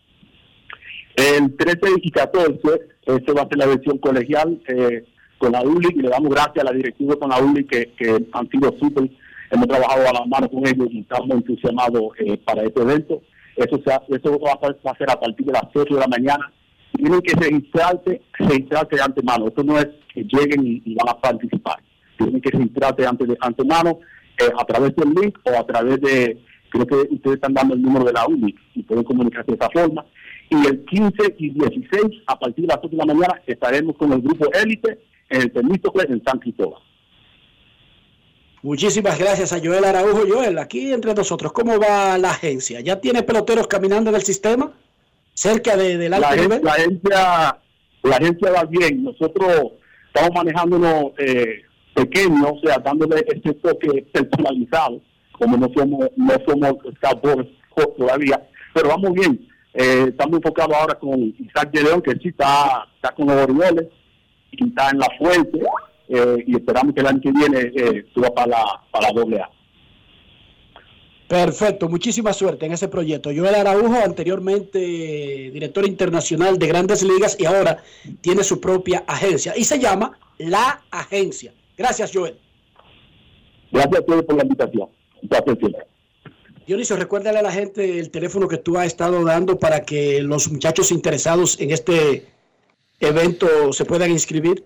El 13 y 14, este va a ser la versión colegial con la ULI, y le damos gracias a la directiva con la ULI que han sido súper. Hemos trabajado a la mano con ellos y estamos entusiasmados para este evento. Eso va a ser a partir de las 8 de la mañana. Tienen que registrarse de antemano. Esto no es que lleguen y van a participar. Tienen que registrarse de antemano a través del link o a través de, creo que ustedes están dando el número de la ULI y pueden comunicarse de esa forma. Y el 15 y 16, a partir de las 8 de la mañana, estaremos con el grupo élite en el Temístocles en San Cristóbal. Muchísimas gracias a Joel Araujo. Joel, aquí entre nosotros, ¿cómo va la agencia? ¿Ya tiene peloteros caminando en el sistema? cerca del alto nivel. La agencia va bien. Nosotros estamos manejándonos pequeños, o sea, dándole este toque personalizado, como no somos scout todavía, pero vamos bien. Estamos enfocados ahora con Isaac de León, que sí está con los Orioles y está en la fuente, y esperamos que el año que viene suba para la AA. Perfecto, muchísima suerte en ese proyecto. Joel Araujo, anteriormente director internacional de Grandes Ligas, y ahora tiene su propia agencia y se llama La Agencia. Gracias, Joel. Gracias a todos por la invitación. Gracias, Dionisio, recuérdale a la gente el teléfono que tú has estado dando para que los muchachos interesados en este evento se puedan inscribir.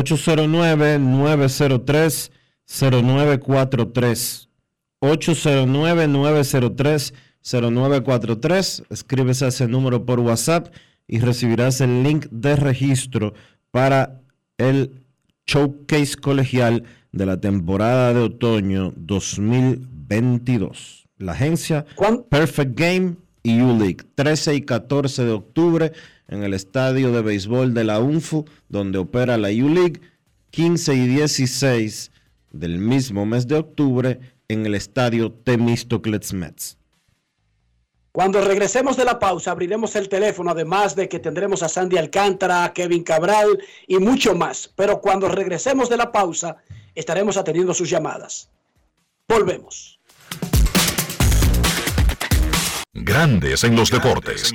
809-903-0943. 809-903-0943. Escríbese a ese número por WhatsApp y recibirás el link de registro para el showcase colegial de la temporada de otoño 2022. La agencia Perfect Game y U-League, 13 y 14 de octubre en el estadio de béisbol de la UNFU, donde opera la U-League, 15 y 16 del mismo mes de octubre en el estadio Temístocles Mets. Cuando regresemos de la pausa, abriremos el teléfono, además de que tendremos a Sandy Alcántara, a Kevin Cabral y mucho más. Pero cuando regresemos de la pausa, estaremos atendiendo sus llamadas. Volvemos. Grandes en los deportes.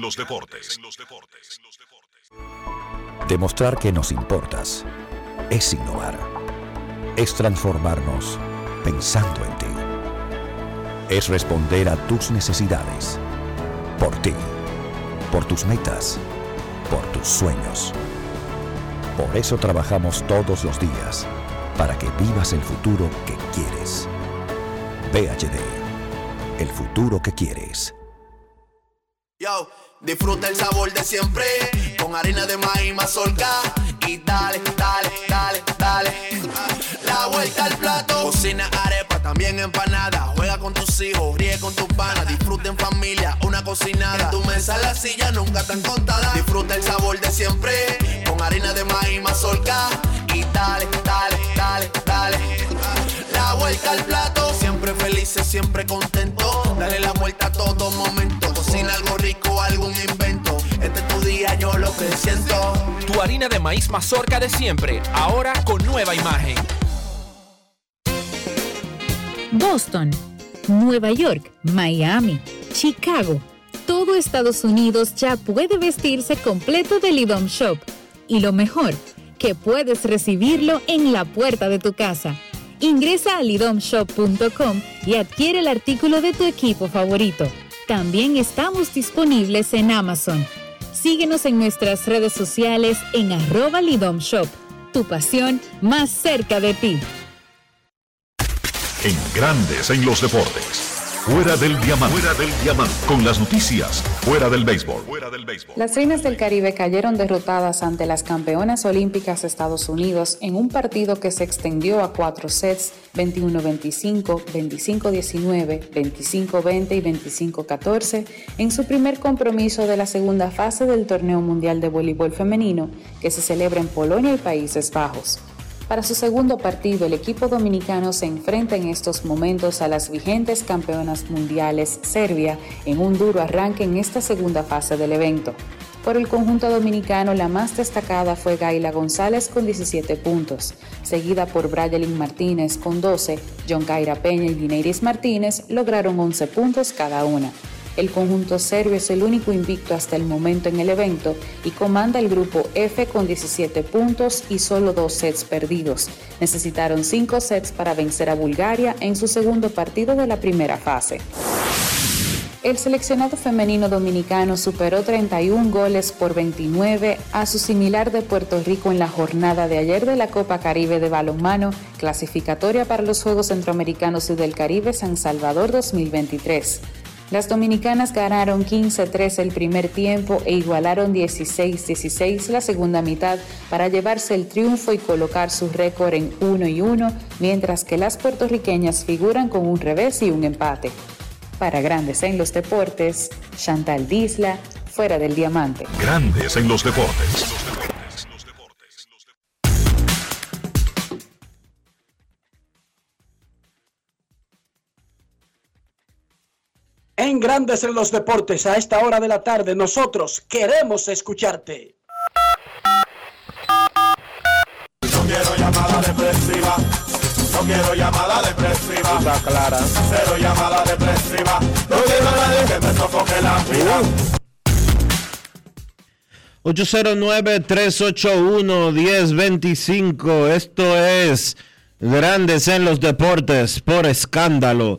Demostrar que nos importas es innovar. Es transformarnos pensando en ti. Es responder a tus necesidades. Por ti. Por tus metas. Por tus sueños. Por eso trabajamos todos los días. Para que vivas el futuro que quieres. VHD. El futuro que quieres. Yo, disfruta el sabor de siempre. Con harina de maíz mazorca. Y dale, dale, dale, dale. La vuelta al plato. Cocina arepa, también empanada. Juega con tus hijos, ríe con tus panas. Disfruta en familia, una cocinada. En tu mesa la silla nunca tan contada. Disfruta el sabor de siempre. Con harina de maíz mazorca. Y dale, dale, dale, dale. La vuelta al plato. Siempre felices, siempre contento. Dale la vuelta a todo momento. Cocina algo rico, algún invento. Este es tu día, yo lo que siento. Tu harina de maíz mazorca de siempre, ahora con nueva imagen. Boston, Nueva York, Miami, Chicago. Todo Estados Unidos ya puede vestirse completo del IDOM Shop. Y lo mejor, que puedes recibirlo en la puerta de tu casa. Ingresa a lidomshop.com y adquiere el artículo de tu equipo favorito. También estamos disponibles en Amazon. Síguenos en nuestras redes sociales en @lidomshop. Tu pasión más cerca de ti. En Grandes en los deportes. Fuera del diamante. Con las noticias. Fuera del béisbol. Las Reinas del Caribe cayeron derrotadas ante las campeonas olímpicas Estados Unidos en un partido que se extendió a 4 sets, 21-25, 25-19, 25-20 y 25-14, en su primer compromiso de la segunda fase del Torneo Mundial de Voleibol Femenino, que se celebra en Polonia y Países Bajos. Para su segundo partido, el equipo dominicano se enfrenta en estos momentos a las vigentes campeonas mundiales Serbia en un duro arranque en esta segunda fase del evento. Por el conjunto dominicano, la más destacada fue Gaila González con 17 puntos, seguida por Brayelin Martínez con 12, John Kaira Peña y Dineiris Martínez lograron 11 puntos cada una. El conjunto serbio es el único invicto hasta el momento en el evento y comanda el grupo F con 17 puntos y solo 2 sets perdidos. Necesitaron 5 sets para vencer a Bulgaria en su segundo partido de la primera fase. El seleccionado femenino dominicano superó 31 goles por 29 a su similar de Puerto Rico en la jornada de ayer de la Copa Caribe de Balonmano, clasificatoria para los Juegos Centroamericanos y del Caribe San Salvador 2023. Las dominicanas ganaron 15-13 el primer tiempo e igualaron 16-16 la segunda mitad para llevarse el triunfo y colocar su récord en 1-1, mientras que las puertorriqueñas figuran con un revés y un empate. Para Grandes en los Deportes, Chantal Disla, fuera del diamante. Grandes en los deportes. En Grandes en los Deportes, a esta hora de la tarde, nosotros queremos escucharte. No quiero llamada depresiva. No quiero llamada depresiva. Está clara. Cero llamada depresiva. No quiero nadie que me sofoque la vida. 809-381-1025. Esto es Grandes en los Deportes por Escándalo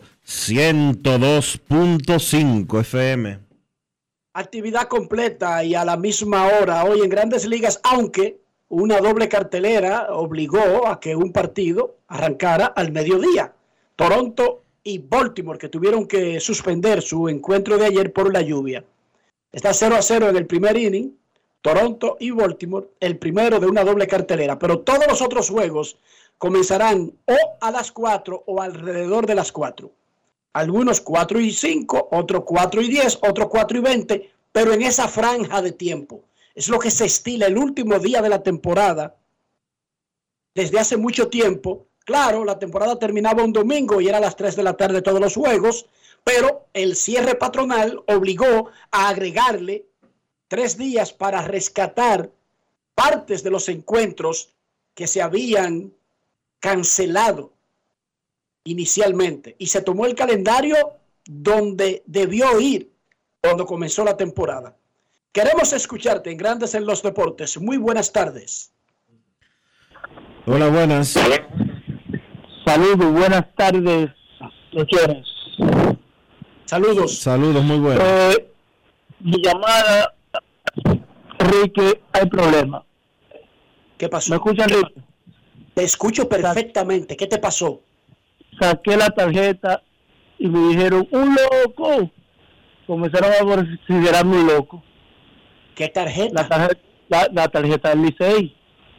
102.5 FM. Actividad completa y a la misma hora hoy en Grandes Ligas, aunque una doble cartelera obligó a que un partido arrancara al mediodía. Toronto y Baltimore, que tuvieron que suspender su encuentro de ayer por la lluvia. Está 0-0 en el primer inning. Toronto y Baltimore, el primero de una doble cartelera. Pero todos los otros juegos comenzarán o a las 4 o alrededor de las 4. Algunos 4:05, otros 4:10, otros 4:20, pero en esa franja de tiempo. Es lo que se estila el último día de la temporada desde hace mucho tiempo. Claro, la temporada terminaba un domingo y era a las 3 de la tarde todos los juegos, pero el cierre patronal obligó a agregarle 3 días para rescatar partes de los encuentros que se habían cancelado inicialmente. Y se tomó el calendario donde debió ir cuando comenzó la temporada. Queremos escucharte en Grandes en los Deportes. Muy buenas tardes. Hola, buenas. Saludos, buenas tardes. ¿Qué quieres? Saludos. Saludos, muy buenas. Mi llamada, Enrique, hay problema. ¿Qué pasó? ¿Me escuchan, Enrique? Te escucho perfectamente. ¿Qué te pasó? Saqué la tarjeta y me dijeron, ¡un loco! Comenzaron a considerarme un loco. ¿Qué tarjeta? La tarjeta del Licey.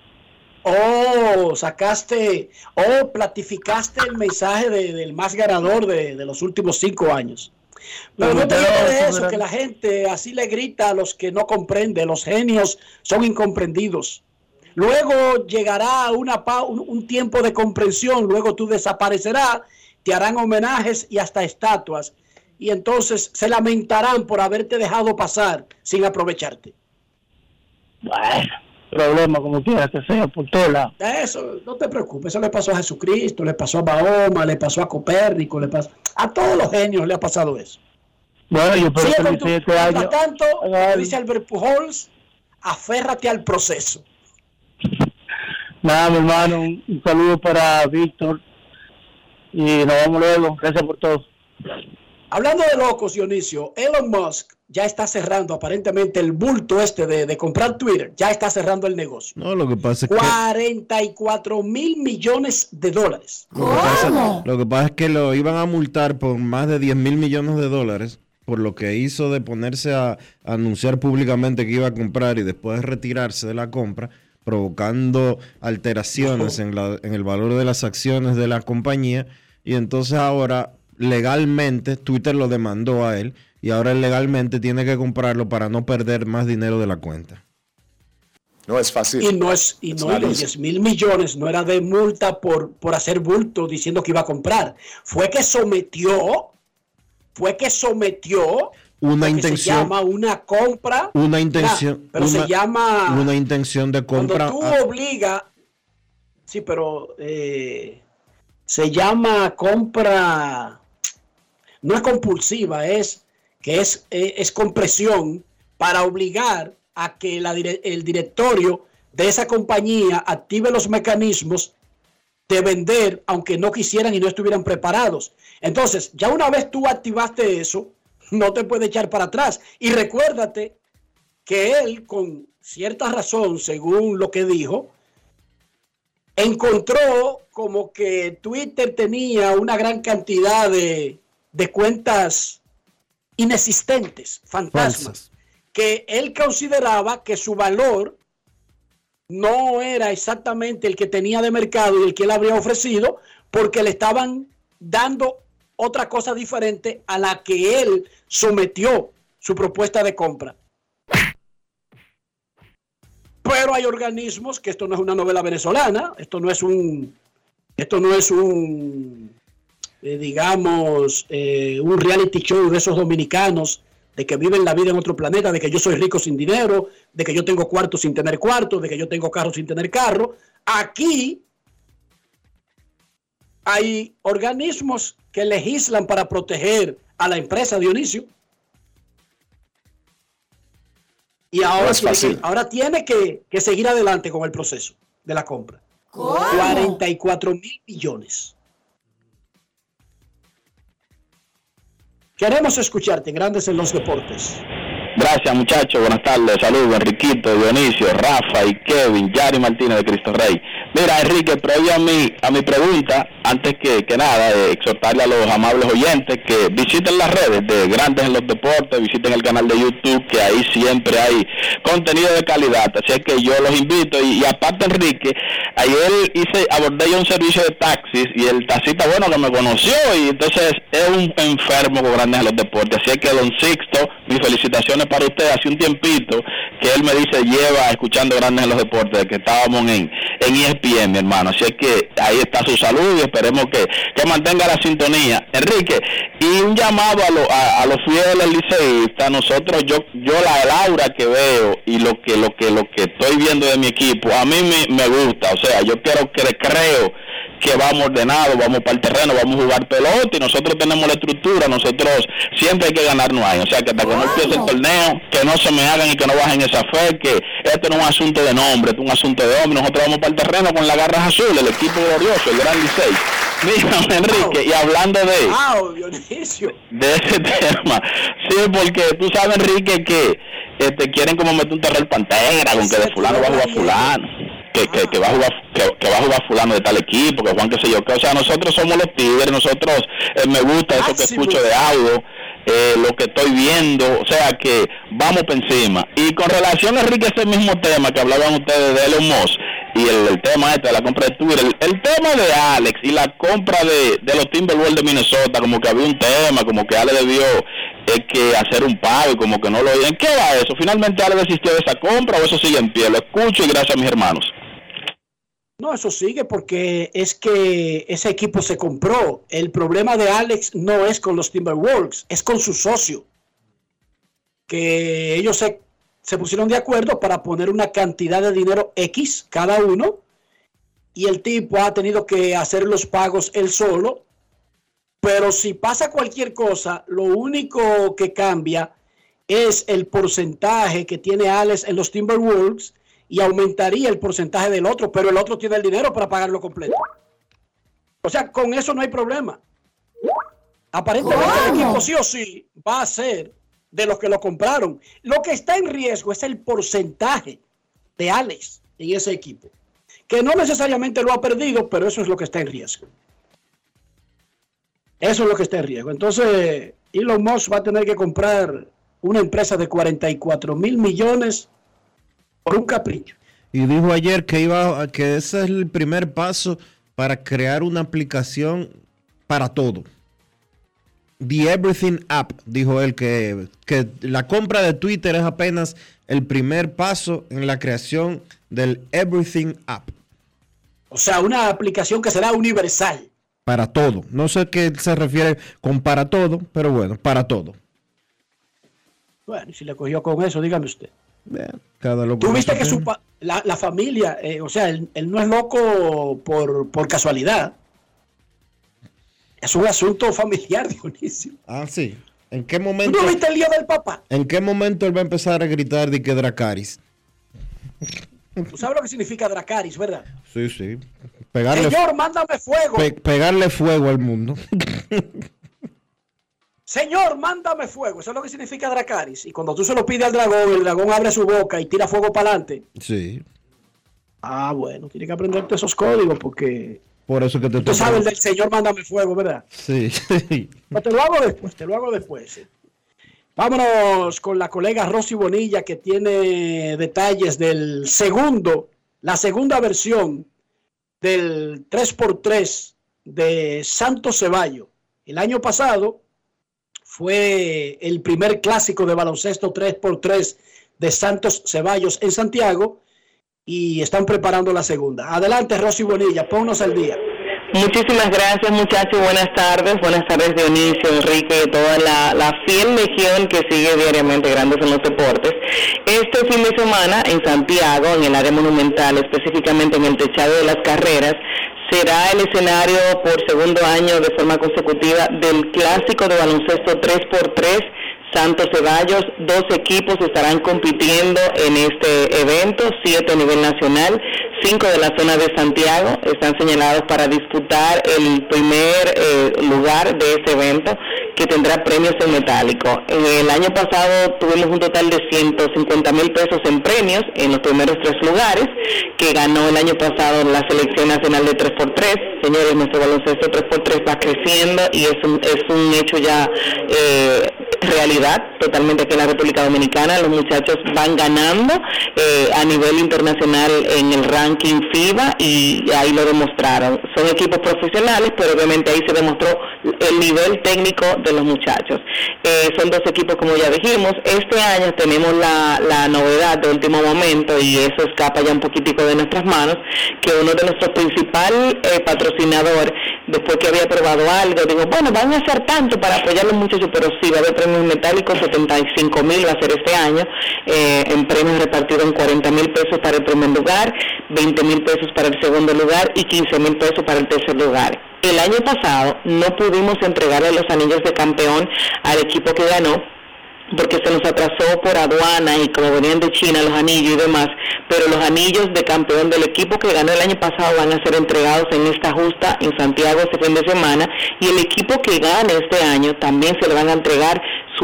Platificaste el mensaje del más ganador de los últimos 5 años. Pero no te digo de eso, que la gente así le grita a los que no comprenden. Los genios son incomprendidos. Luego llegará un tiempo de comprensión, luego tú desaparecerás, te harán homenajes y hasta estatuas. Y entonces se lamentarán por haberte dejado pasar sin aprovecharte. Bueno, problema como quiera que sea, por todos lados. Eso, no te preocupes, eso le pasó a Jesucristo, le pasó a Mahoma, le pasó a Copérnico, a todos los genios le ha pasado eso. Bueno, yo espero que este año... Mientras tanto, dice Albert Pujols, aférrate al proceso. Nada, mi hermano, un saludo para Víctor y nos vemos luego. Gracias por todo. Hablando de locos, Dionisio, Elon Musk ya está cerrando aparentemente el bulto de comprar Twitter, ya está cerrando el negocio. No, lo que pasa es que 44 mil millones de dólares. Lo que pasa es que lo iban a multar por más de 10 mil millones de dólares por lo que hizo de ponerse a anunciar públicamente que iba a comprar y después retirarse de la compra, provocando alteraciones en el valor de las acciones de la compañía. Y entonces ahora legalmente Twitter lo demandó a él y ahora él legalmente tiene que comprarlo para no perder más dinero de la cuenta. No es fácil. Y los 10 mil millones no era de multa por hacer bulto diciendo que iba a comprar. Fue que sometió una intención, se llama una compra. Una intención, se llama una intención de compra. Cuando tú obligas, sí, pero se llama compra. No es compulsiva, es con presión para obligar a que el directorio de esa compañía active los mecanismos de vender, aunque no quisieran y no estuvieran preparados. Entonces, ya una vez tú activaste eso, no te puede echar para atrás. Y recuérdate que él, con cierta razón, según lo que dijo, encontró como que Twitter tenía una gran cantidad de cuentas inexistentes, fantasmas, que él consideraba que su valor no era exactamente el que tenía de mercado y el que él habría ofrecido, porque le estaban dando otra cosa diferente a la que él sometió su propuesta de compra. Pero hay organismos que esto no es una novela venezolana, esto no es un digamos, un reality show de esos dominicanos de que viven la vida en otro planeta, de que yo soy rico sin dinero, de que yo tengo cuarto sin tener cuarto, de que yo tengo carro sin tener carro. Aquí hay organismos que legislan para proteger a la empresa, Dionisio. Y ahora tiene que seguir adelante con el proceso de la compra. ¿Cómo? 44,000 millones. Queremos escucharte, Grandes en los Deportes. Gracias, muchachos. Buenas tardes. Saludos, Enriquito, Dionisio, Rafa y Kevin, Yari Martínez de Cristo Rey. Mira, Enrique, previo a mi pregunta, antes que nada, exhortarle a los amables oyentes que visiten las redes de Grandes en los Deportes, visiten el canal de YouTube, que ahí siempre hay contenido de calidad. Así es que yo los invito. Y aparte, Enrique, ayer abordé yo un servicio de taxis y el taxista, bueno, que me conoció y entonces es un enfermo con Grandes en los Deportes. Así es que, don Sixto, mis felicitaciones para usted. Hace un tiempito que él me dice lleva escuchando Grandes en los Deportes, de que estábamos en ESPN, mi hermano. Así es que ahí está su salud y esperemos que mantenga la sintonía. Enrique, y un llamado a los fieles liceístas. Nosotros, yo la aura que veo y lo que estoy viendo de mi equipo, a mí me gusta. O sea, yo creo que vamos ordenados, vamos para el terreno, vamos a jugar pelota y nosotros tenemos la estructura, nosotros siempre hay que ganarnos ahí. O sea, que hasta que no empiece el torneo, que no se me hagan y que no bajen esa fe, que esto no es un asunto de nombre, esto es un asunto de hombre. Nosotros vamos para el terreno con las garras azules, el equipo glorioso, el Gran Licey. Mira, Enrique, y hablando de ese tema, sí, porque tú sabes, Enrique, que quieren como meter un terror pantera, con que de fulano va a jugar fulano. Que va a jugar fulano de tal equipo, que Juan qué sé yo qué. O sea, nosotros somos los tigres, nosotros me gusta eso que escucho de audio, lo que estoy viendo, o sea que vamos por encima. Y con relación, Enrique, ese mismo tema que hablaban ustedes de Elon Musk y el tema de la compra de Twitter, el tema de Alex y la compra de los Timberwolves de Minnesota, como que había un tema, como que Alex debió que hacer un pago y como que no lo oyen. ¿Qué va eso? ¿Finalmente Alex desistió de esa compra o eso sigue en pie? Lo escucho y gracias a mis hermanos. No, eso sigue porque es que ese equipo se compró. El problema de Alex no es con los Timberwolves, es con su socio. Que ellos se pusieron de acuerdo para poner una cantidad de dinero X cada uno y el tipo ha tenido que hacer los pagos él solo. Pero si pasa cualquier cosa, lo único que cambia es el porcentaje que tiene Alex en los Timberwolves y aumentaría el porcentaje del otro, pero el otro tiene el dinero para pagarlo completo. O sea, con eso no hay problema. Aparentemente el equipo sí o sí va a ser de los que lo compraron. Lo que está en riesgo es el porcentaje de Alex en ese equipo, que no necesariamente lo ha perdido, pero eso es lo que está en riesgo. Eso es lo que está en riesgo. Entonces, Elon Musk va a tener que comprar una empresa de 44,000 millones por un capricho. Y dijo ayer que ese es el primer paso para crear una aplicación para todo. The Everything App, dijo él, que la compra de Twitter es apenas el primer paso en la creación del Everything App. O sea, una aplicación que será universal. Para todo. No sé qué se refiere con para todo, pero bueno, para todo. Bueno, si le cogió con eso, dígame usted. Cada loco. Tú viste que la familia, o sea, él no es loco por casualidad. Es un asunto familiar, Dionisio. Ah, sí. ¿En qué momento? ¿Tú no viste el lío del papá? ¿En qué momento él va a empezar a gritar de que Dracarys? Tú sabes lo que significa Dracarys, ¿verdad? Sí, sí. Señor, mándame fuego. Pegarle fuego al mundo. Señor, mándame fuego. Eso es lo que significa Dracarys. Y cuando tú se lo pides al dragón, el dragón abre su boca y tira fuego para adelante. Sí. Ah, bueno, tienes que aprenderte esos códigos porque... Por eso que tú sabes el del Señor, mándame fuego, ¿verdad? Sí. Pero te lo hago después, ¿sí? Vámonos con la colega Rosy Bonilla, que tiene detalles del la segunda versión del 3x3 de Santos Ceballos. El año pasado fue el primer clásico de baloncesto 3x3 de Santos Ceballos en Santiago. y están preparando la segunda. Adelante, Rosy Bonilla, ponnos al día. Muchísimas gracias, muchachos. Buenas tardes Dionisio, Enrique, toda la fiel legión que sigue diariamente Grandes en los Deportes. Este fin de semana en Santiago, en el área monumental, específicamente en el techado de las carreras, será el escenario por segundo año de forma consecutiva del clásico de baloncesto 3x3 Santos Ceballos. 2 equipos estarán compitiendo en este evento, 7 a nivel nacional, 5 de la zona de Santiago están señalados para disputar el primer lugar de este evento, que tendrá premios en metálico. El año pasado tuvimos un total de 150,000 pesos en premios en los primeros 3 lugares, que ganó el año pasado la selección nacional de 3x3. Señores, nuestro baloncesto 3x3 va creciendo y es un hecho ya realidad totalmente aquí en la República Dominicana. Los muchachos van ganando a nivel internacional en el ranking FIBA y ahí lo demostraron. Son equipos profesionales, pero obviamente ahí se demostró el nivel técnico de los muchachos. Son 2 equipos, como ya dijimos. Este año tenemos la novedad de último momento, y eso escapa ya un poquitico de nuestras manos, que uno de nuestros principales patrocinadores, después que había probado algo, digo, bueno, van a hacer tanto para apoyar a los muchachos, pero sí, va a haber premios metálicos, 75,000 va a ser este año, en premios repartidos en 40,000 pesos para el primer lugar, 20,000 pesos para el segundo lugar y 15,000 pesos para el tercer lugar. El año pasado no pudimos entregarle los anillos de campeón al equipo que ganó, porque se nos atrasó por aduana y como venían de China los anillos y demás, pero los anillos de campeón del equipo que ganó el año pasado van a ser entregados en esta justa en Santiago este fin de semana, y el equipo que gane este año también se le van a entregar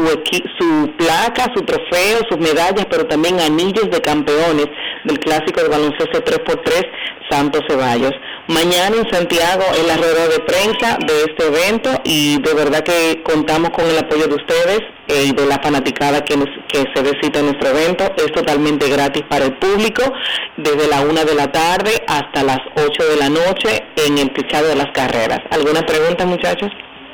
su placa, su trofeo, sus medallas, pero también anillos de campeones del clásico de baloncesto 3x3 Santos Ceballos. Mañana en Santiago es la rueda de prensa de este evento, y de verdad que contamos con el apoyo de ustedes y de la fanaticada que se visita en nuestro evento. Es totalmente gratis para el público, desde la 1 de la tarde hasta las 8 de la noche en el techado de las carreras. ¿Alguna pregunta, muchachos?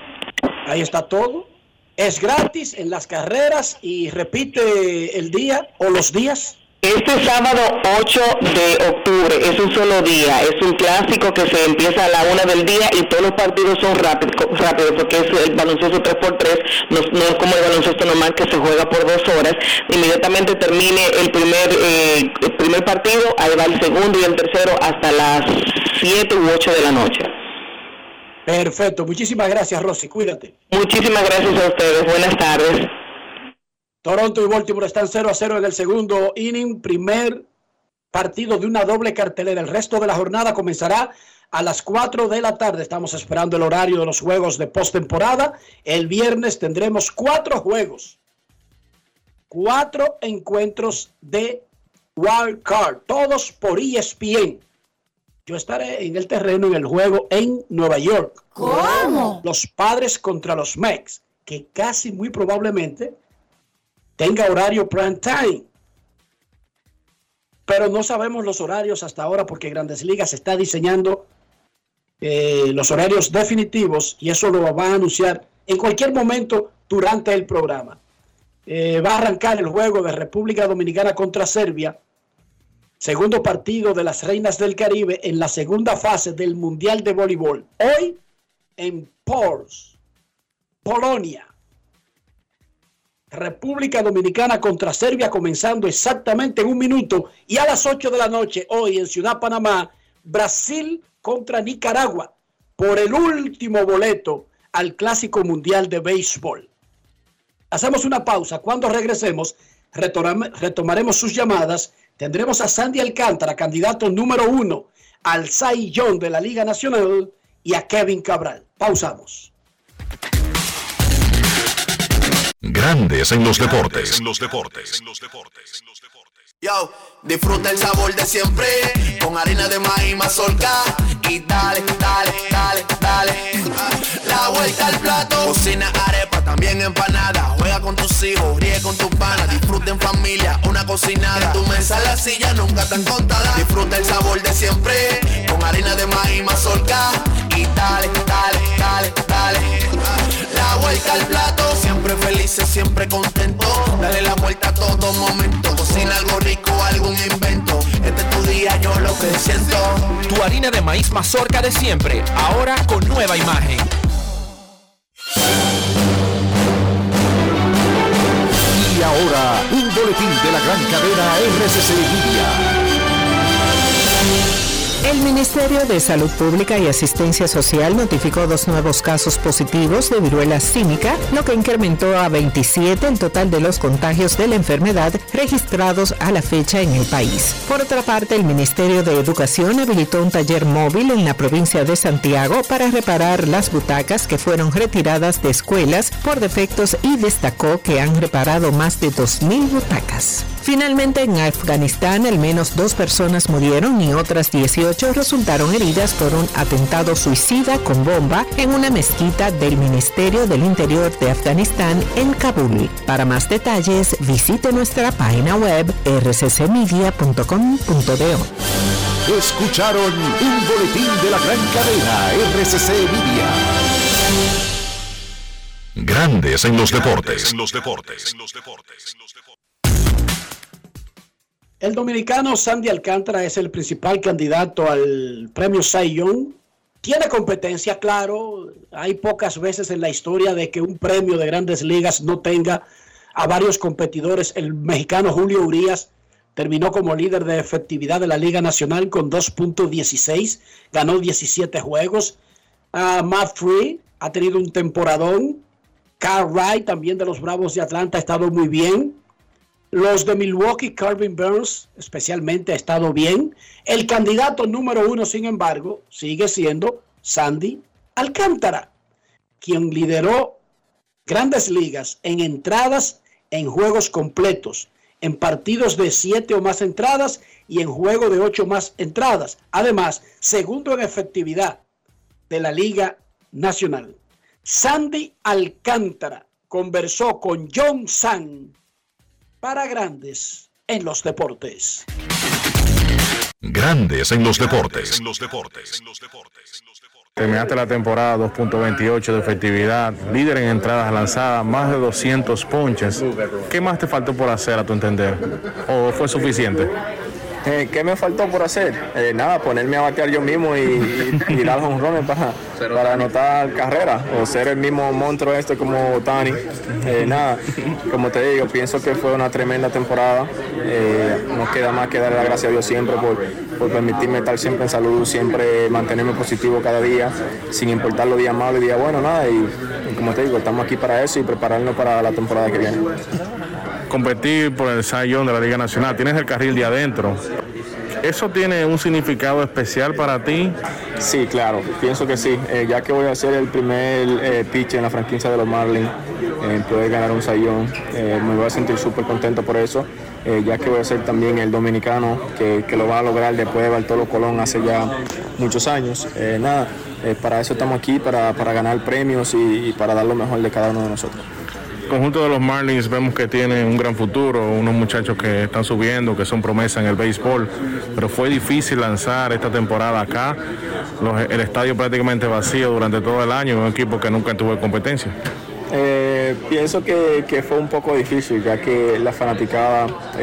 Ahí está todo. Es gratis en las carreras, y repite el día o los días. Este sábado 8 de octubre es un solo día, es un clásico que se empieza a la 1 del día y todos los partidos son rápidos porque es el baloncesto 3x3, no es como el baloncesto normal que se juega por 2 horas. Inmediatamente termine el primer partido, ahí va el segundo y el tercero hasta las 7 u 8 de la noche. Perfecto, muchísimas gracias, Rosy, cuídate. Muchísimas gracias a ustedes, buenas tardes. Toronto y Baltimore están 0-0 en el segundo inning, primer partido de una doble cartelera. El resto de la jornada comenzará a las 4 de la tarde. Estamos esperando el horario de los juegos de postemporada. El viernes tendremos 4 juegos, 4 encuentros de Wild Card, todos por ESPN. Yo estaré en el terreno en el juego en Nueva York. ¿Cómo? Los Padres contra los Mets, que casi muy probablemente tenga horario prime time. Pero no sabemos los horarios hasta ahora, porque Grandes Ligas está diseñando los horarios definitivos, y eso lo va a anunciar en cualquier momento durante el programa. Va a arrancar el juego de República Dominicana contra Serbia, segundo partido de las Reinas del Caribe en la segunda fase del Mundial de Voleibol. Hoy en Pors, Polonia. República Dominicana contra Serbia, comenzando exactamente en 1 minuto, y a las 8 de la noche hoy en Ciudad Panamá, Brasil contra Nicaragua por el último boleto al Clásico Mundial de Béisbol. Hacemos una pausa. Cuando regresemos retomaremos sus llamadas. Tendremos a Sandy Alcántara, candidato número 1 al Cy Young de la Liga Nacional, y a Kevin Cabral. Pausamos. Grandes en los deportes. Yo, disfruta el sabor de siempre, con harina de maíz mazorca, y dale, dale, dale, dale, la vuelta al plato. Cocina arepa, también empanada, juega con tus hijos, ríe con tus panas, disfruta en familia, una cocinada, tu mesa, la silla nunca tan contada. Disfruta el sabor de siempre, con harina de maíz mazorca, y dale, dale, dale, dale, la vuelta al plato. Siempre felices, siempre contentos, dale la vuelta a todo momento, cocina algo rico, algún invento. Este es tu día yo lo que siento. Tu harina de maíz mazorca de siempre, ahora con nueva imagen. Y ahora, un boletín de la gran cadena RCC Media. El Ministerio de Salud Pública y Asistencia Social notificó 2 nuevos casos positivos de viruela símica, lo que incrementó a 27 el total de los contagios de la enfermedad registrados a la fecha en el país. Por otra parte, el Ministerio de Educación habilitó un taller móvil en la provincia de Santiago para reparar las butacas que fueron retiradas de escuelas por defectos y destacó que han reparado más de 2.000 butacas. Finalmente, en Afganistán, al menos 2 personas murieron y otras 18 resultaron heridas por un atentado suicida con bomba en una mezquita del Ministerio del Interior de Afganistán en Kabul. Para más detalles, visite nuestra página web rccmedia.com.do. Escucharon un boletín de la gran cadena RCC Media. Grandes en los deportes. El dominicano Sandy Alcántara es el principal candidato al premio Cy Young. Tiene competencia, claro. Hay pocas veces en la historia de que un premio de Grandes Ligas no tenga a varios competidores. El mexicano Julio Urías terminó como líder de efectividad de la Liga Nacional con 2.16. Ganó 17 juegos. Matt Freed ha tenido un temporadón. Carl Wright, también de los Bravos de Atlanta, ha estado muy bien. Los de Milwaukee, Corbin Burns, especialmente, ha estado bien. El candidato número 1, sin embargo, sigue siendo Sandy Alcántara, quien lideró Grandes Ligas en entradas en juegos completos, en partidos de 7 o más entradas y en juego de 8 más entradas. Además, segundo en efectividad de la Liga Nacional. Sandy Alcántara conversó con John San para Grandes en los Deportes. Grandes en los deportes. Terminaste la temporada 2.28 de efectividad, líder en entradas lanzadas, más de 200 ponches. ¿Qué más te faltó por hacer a tu entender? ¿O fue suficiente? ¿Qué me faltó por hacer? Nada, ponerme a batear yo mismo y dar jonrones para anotar carreras o ser el mismo monstruo como Ohtani. Nada, como te digo, pienso que fue una tremenda temporada. No queda más que darle las gracias a Dios siempre por permitirme estar siempre en salud, siempre mantenerme positivo cada día, sin importar los días malos y días buenos, nada. Y como te digo, estamos aquí para eso y prepararnos para la temporada que viene. Competir por el Cy Young de la Liga Nacional, tienes el carril de adentro. ¿Eso tiene un significado especial para ti? Sí, claro, pienso que sí. Ya que voy a ser el primer pitcher en la franquicia de los Marlins, poder ganar un Cy Young, me voy a sentir súper contento por eso. Ya que voy a ser también el dominicano que lo va a lograr después de Bartolo Colón hace ya muchos años. Para eso estamos aquí, para ganar premios y para dar lo mejor de cada uno de nosotros. El conjunto de los Marlins vemos que tiene un gran futuro, unos muchachos que están subiendo, que son promesas en el béisbol, pero fue difícil lanzar esta temporada acá, el estadio prácticamente vacío durante todo el año, un equipo que nunca tuvo competencia. Pienso que fue un poco difícil, ya que la fanaticada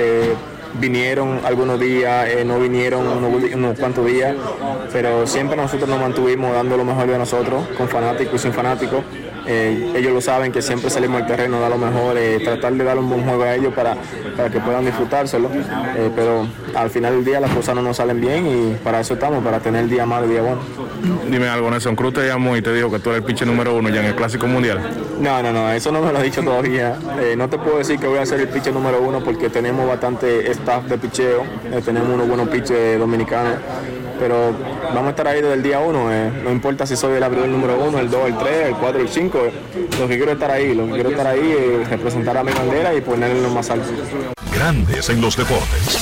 vinieron algunos días, no vinieron unos cuantos días, pero siempre nosotros nos mantuvimos dando lo mejor de nosotros, con fanáticos y sin fanáticos. Ellos lo saben que siempre salimos al terreno, da lo mejor, tratar de dar un buen juego a ellos para que puedan disfrutárselo, pero al final del día las cosas no nos salen bien y para eso estamos, para tener el día malo y el día bueno. Dime algo, Nelson Cruz te llamó y te dijo que tú eres el pitcher número 1 ya en el Clásico Mundial. No, eso no me lo ha dicho todavía. No te puedo decir que voy a ser el pitcher número 1 porque tenemos bastante staff de picheo, tenemos unos buenos pitchers dominicanos, pero vamos a estar ahí desde el día 1, no importa si soy el abridor número 1, el 2, el 3, el 4, el 5, lo que quiero es estar ahí, representar a mi bandera y ponerle lo más alto. Grandes en los deportes.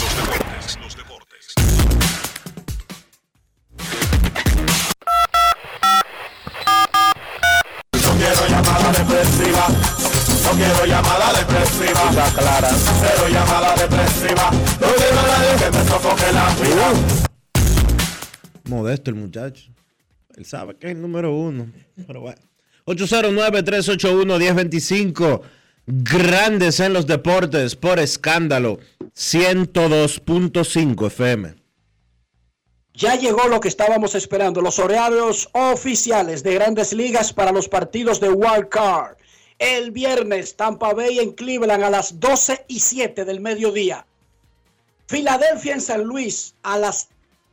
No quiero llamada depresiva. No quiero llamada depresiva. Está clara. Cero llamada depresiva. No quiero a nadie que me sofoque la vida. Modesto el muchacho. Él sabe que es el número 1. Pero bueno. 809-381-1025. Grandes en los deportes por Escándalo 102.5 FM. Ya llegó lo que estábamos esperando, los horarios oficiales de Grandes Ligas para los partidos de Wild Card. El viernes, Tampa Bay en Cleveland a las 12:07 del mediodía. Filadelfia en San Luis a las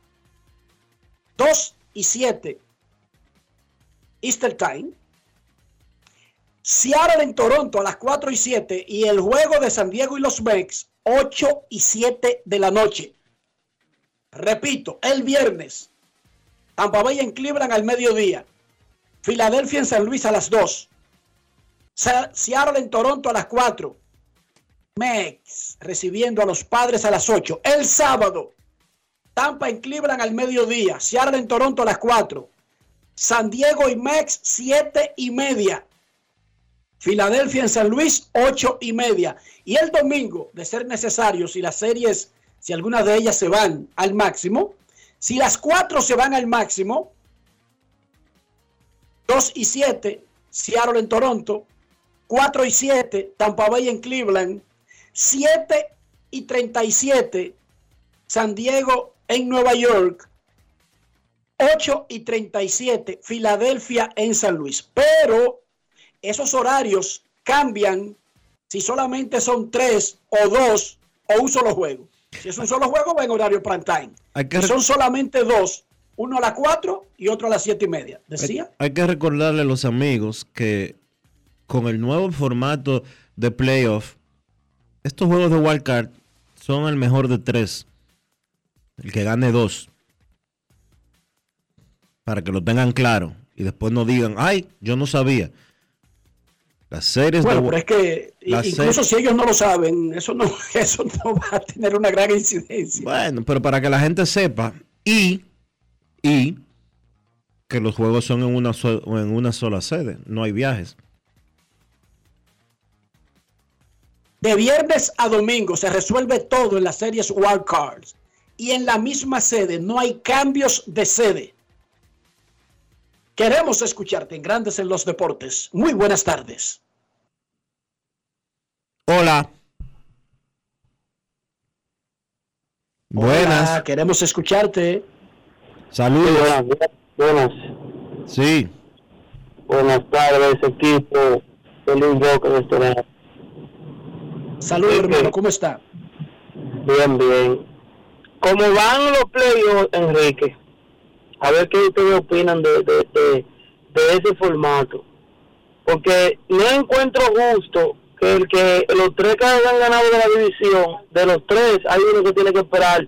2:07 Eastern Time. Seattle en Toronto a las 4:07 y el juego de San Diego y los Mets 8:07 de la noche. Repito, el viernes, Tampa Bay en Cleveland al mediodía, Filadelfia en San Luis a las 2, Seattle en Toronto a las 4, Mets recibiendo a los Padres a las 8. El sábado, Tampa en Cleveland al mediodía, Seattle en Toronto a las 4, San Diego y Mets 7:30, Filadelfia en San Luis 8:30. Y el domingo, de ser necesario, si las series, si algunas de ellas se van al máximo, si las 4 se van al máximo, 2:07, Seattle en Toronto, 4:07, Tampa Bay en Cleveland, 7:37, San Diego en Nueva York, 8:37, Filadelfia en San Luis. Pero esos horarios cambian si solamente son 3 o 2 o un solo juego. Si es un solo juego, va en horario prime time. Si son solamente 2, uno a las 4 y otro a las 7:30. ¿Decía? Hay que recordarle a los amigos que con el nuevo formato de playoff, estos juegos de wild card son el mejor de 3. El que gane 2. Para que lo tengan claro. Y después no digan, ay, yo no sabía. Las series bueno, pero es que incluso si ellos no lo saben, eso no va a tener una gran incidencia. Bueno, pero para que la gente sepa y que los juegos son en una sola sede, no hay viajes. De viernes a domingo se resuelve todo en las series Wild Cards y en la misma sede, no hay cambios de sede. Queremos escucharte en Grandes en los Deportes. Muy buenas tardes. Hola. Buenas. Hola, queremos escucharte. Saludos. Buenas. Sí. Buenas tardes, equipo. Feliz Roque de este lado. Saludos, hermano. ¿Cómo está? Bien, bien. ¿Cómo van los playoffs, Enrique? A ver qué ustedes opinan de ese formato. Porque no encuentro justo que los 3 que han ganado de la división, de los 3, hay uno que tiene que esperar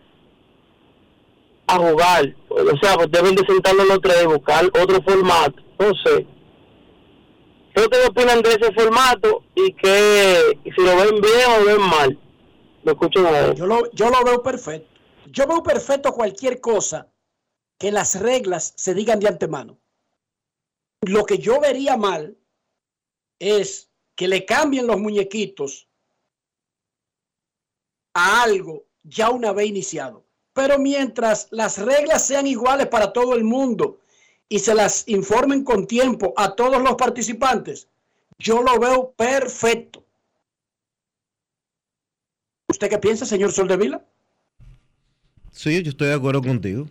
a jugar. O sea, pues deben de sentarlos los 3 y buscar otro formato. No sé. ¿Qué ustedes opinan de ese formato? Y si lo ven bien o lo ven mal. ¿Me escuchan a ver? Yo lo veo perfecto. Yo veo perfecto cualquier cosa que las reglas se digan de antemano. Lo que yo vería mal es que le cambien los muñequitos a algo ya una vez iniciado. Pero mientras las reglas sean iguales para todo el mundo y se las informen con tiempo a todos los participantes, yo lo veo perfecto. ¿Usted qué piensa, señor Soldevila? Sí, yo estoy de acuerdo contigo.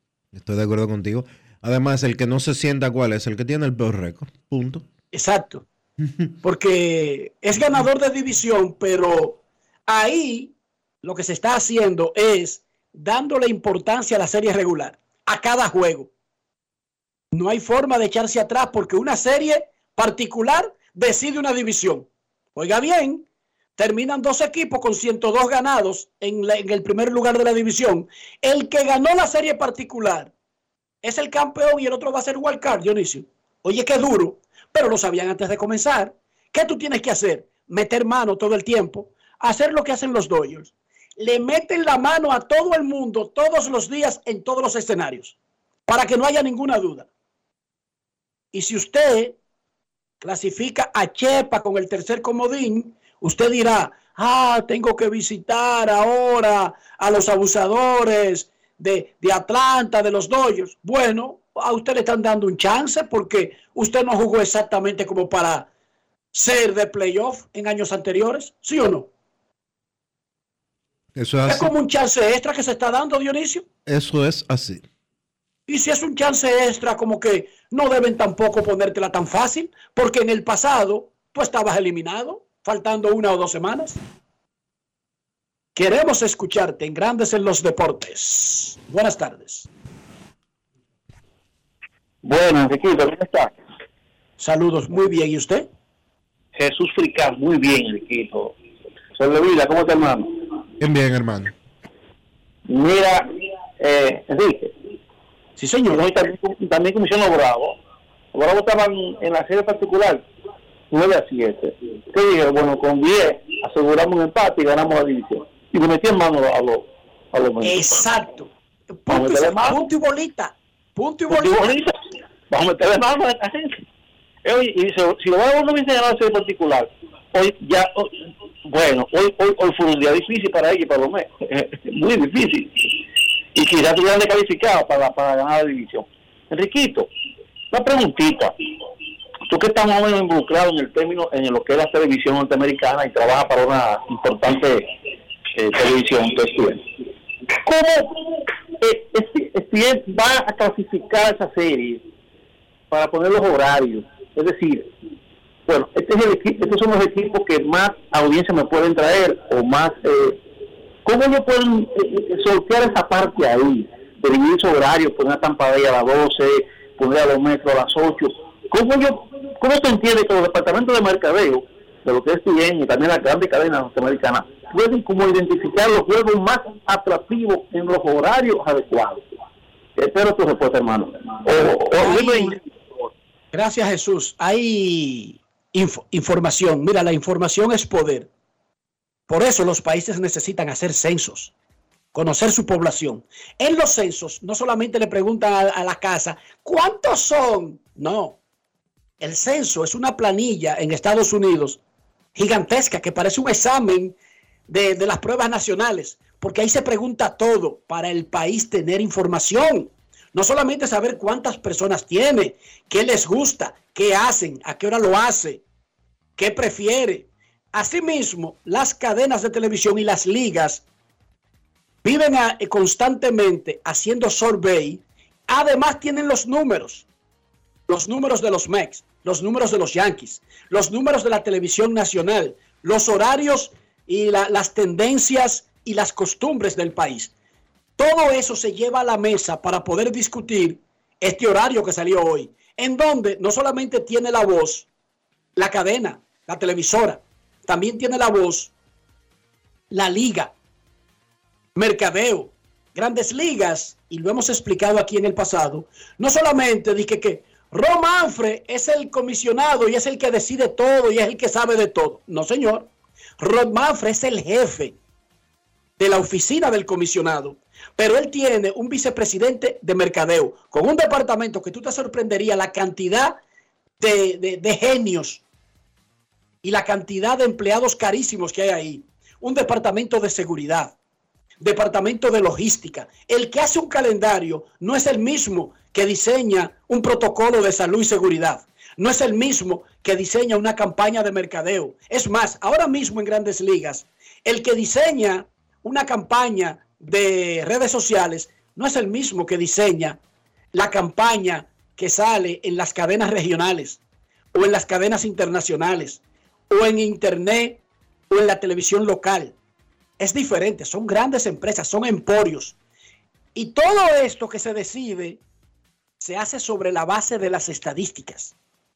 Además, el que no se sienta, ¿cuál es? El que tiene el peor récord. Punto. Exacto. Porque es ganador de división, pero ahí lo que se está haciendo es dándole importancia a la serie regular, a cada juego. No hay forma de echarse atrás porque una serie particular decide una división. Oiga bien, terminan 2 equipos con 102 ganados en el primer lugar de la división. El que ganó la serie particular es el campeón y el otro va a ser wild card, Dionisio. Oye, qué duro, pero lo sabían antes de comenzar. ¿Qué tú tienes que hacer? Meter mano todo el tiempo, hacer lo que hacen los Dodgers. Le meten la mano a todo el mundo todos los días en todos los escenarios, para que no haya ninguna duda. Y si usted clasifica a Chepa con el tercer comodín, usted dirá, tengo que visitar ahora a los abusadores de Atlanta, de los Dodgers. Bueno, a usted le están dando un chance porque usted no jugó exactamente como para ser de playoff en años anteriores, ¿sí o no? Eso es Es así. como un chance extra que se está dando, Dionisio. Eso es así. Y si es un chance extra, como que no deben tampoco ponértela tan fácil, porque en el pasado tú estabas eliminado, faltando 1 o 2 semanas. Queremos escucharte en Grandes en los Deportes. Buenas tardes. Bueno, Enriquito, ¿cómo está? Saludos, muy bien. ¿Y usted? Jesús Fricán, muy bien, Enriquito. Soy de Vila, ¿cómo está, hermano? Bien, hermano. Mira, Enrique. Sí, señor. Hoy también comisión los Bravos. Los Bravos estaban en la serie particular 9-7. ¿Qué dije? Bueno, con 10 aseguramos un empate y ganamos la división. Y me metí en mano a los Exacto. Punto y bolita. Punto y bolita. Vamos a meterle mano a esta gente. Oye, y si los Bravos no hubiesen ganado la serie particular, hoy fue un día difícil para ellos, para los Mets. Muy difícil. Y quizás tuvieran de calificado para ganar la división. Enriquito, una preguntita. Tú que estás más o menos involucrado en el término, en lo que es la televisión norteamericana y trabajas para una importante televisión, ¿cómo ESPN va a clasificar esa serie para poner los horarios? Es decir, bueno, estos son los equipos que más audiencia me pueden traer o más... ¿Cómo ellos pueden sortear esa parte ahí? De dividir su horario, poner a Tampa Bay a las 12, poner a los Metros a las 8. ¿Cómo se entiende que los departamentos de mercadeo, de lo que es ESPN y también las grandes cadenas norteamericanas, pueden como identificar los juegos más atractivos en los horarios adecuados? Espero tu respuesta, hermano. Gracias, Jesús. Hay información. Mira, la información es poder. Por eso los países necesitan hacer censos, conocer su población. En los censos no solamente le preguntan a la casa, ¿cuántos son? No. El censo es una planilla en Estados Unidos gigantesca que parece un examen de las pruebas nacionales, porque ahí se pregunta todo para el país tener información. No solamente saber cuántas personas tiene, qué les gusta, qué hacen, a qué hora lo hace, qué prefiere. Asimismo, las cadenas de televisión y las ligas viven constantemente haciendo survey. Además tienen los números de los Mets, los números de los Yankees, los números de la televisión nacional, los horarios y las tendencias y las costumbres del país. Todo eso se lleva a la mesa para poder discutir este horario que salió hoy, en donde no solamente tiene la voz la cadena, la televisora, también tiene la voz la liga, mercadeo, Grandes Ligas, y lo hemos explicado aquí en el pasado. No solamente dije que Ron Manfred es el comisionado y es el que decide todo y es el que sabe de todo. No, señor. Ron Manfred es el jefe de la oficina del comisionado, pero él tiene un vicepresidente de mercadeo con un departamento que tú te sorprendería la cantidad de genios y la cantidad de empleados carísimos que hay ahí. Un departamento de seguridad, departamento de logística. El que hace un calendario no es el mismo que diseña un protocolo de salud y seguridad. No es el mismo que diseña una campaña de mercadeo. Es más, ahora mismo en Grandes Ligas, el que diseña una campaña de redes sociales no es el mismo que diseña la campaña que sale en las cadenas regionales o en las cadenas internacionales o en internet o en la televisión local. Es diferente, son grandes empresas, son emporios. Y todo esto que se decide se hace sobre la base de las estadísticas.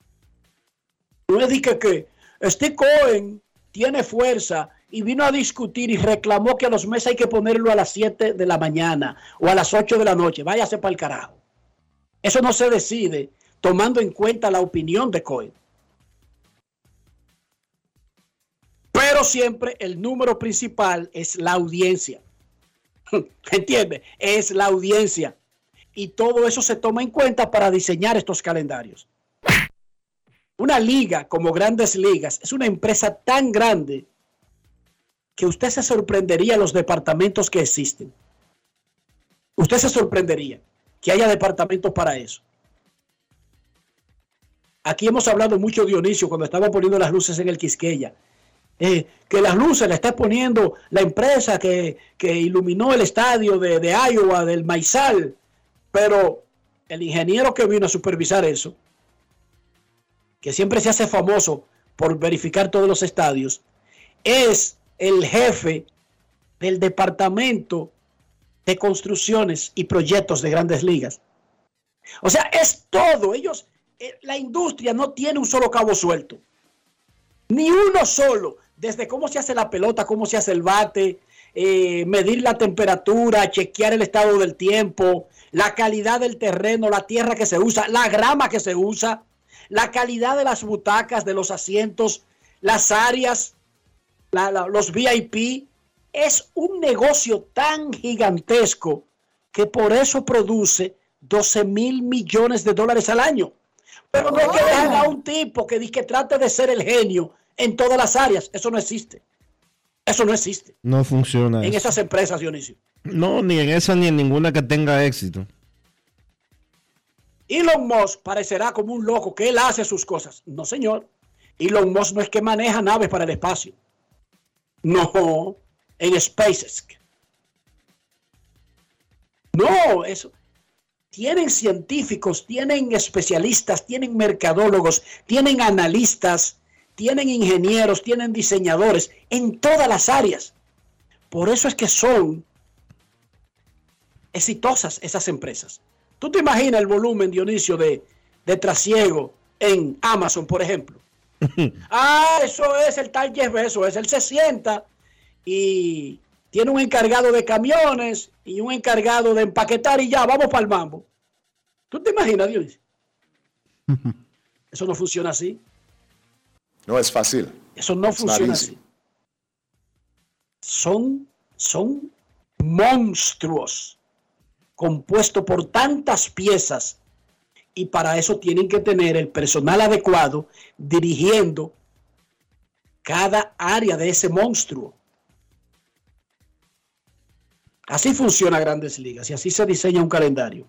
No es que Steve Cohen tiene fuerza y vino a discutir y reclamó que a los Mets hay que ponerlo a las 7 de la mañana o a las 8 de la noche. Váyase para el carajo. Eso no se decide tomando en cuenta la opinión de Cohen. Pero siempre el número principal es la audiencia. ¿Entiende? Es la audiencia. Y todo eso se toma en cuenta para diseñar estos calendarios. Una liga como Grandes Ligas es una empresa tan grande que usted se sorprendería los departamentos que existen. Usted se sorprendería que haya departamentos para eso. Aquí hemos hablado mucho, Dionisio, cuando estaba poniendo las luces en el Quisqueya, que las luces las está poniendo la empresa que iluminó el estadio de Iowa, del Maizal, pero el ingeniero que vino a supervisar eso, que siempre se hace famoso por verificar todos los estadios, es el jefe del departamento de construcciones y proyectos de Grandes Ligas. O sea, es todo. Ellos, la industria no tiene un solo cabo suelto, ni uno solo, desde cómo se hace la pelota, cómo se hace el bate, medir la temperatura, chequear el estado del tiempo, la calidad del terreno, la tierra que se usa, la grama que se usa, la calidad de las butacas, de los asientos, las áreas, los VIP. Es un negocio tan gigantesco que por eso produce 12,000 millones de dólares al año. Pero no es que dejen a un tipo que trate de ser el genio en todas las áreas. Eso no existe. Eso no existe. No funciona en esas empresas, Dionisio. No, ni en esa ni en ninguna que tenga éxito. Elon Musk parecerá como un loco que él hace sus cosas. No, señor. Elon Musk no es que maneja naves para el espacio. No, en SpaceX. No, eso. Tienen científicos, tienen especialistas, tienen mercadólogos, tienen analistas, tienen ingenieros, tienen diseñadores en todas las áreas. Por eso es que son exitosas esas empresas. ¿Tú te imaginas el volumen, Dionisio, de trasiego en Amazon, por ejemplo? Eso es el tal Jeff Bezos, él se sienta y tiene un encargado de camiones y un encargado de empaquetar y ya, vamos para el mambo. ¿Tú te imaginas, Dionisio? Eso no funciona así. No es fácil. Eso no funciona así. Son monstruos compuestos por tantas piezas y para eso tienen que tener el personal adecuado dirigiendo cada área de ese monstruo. Así funciona Grandes Ligas y así se diseña un calendario.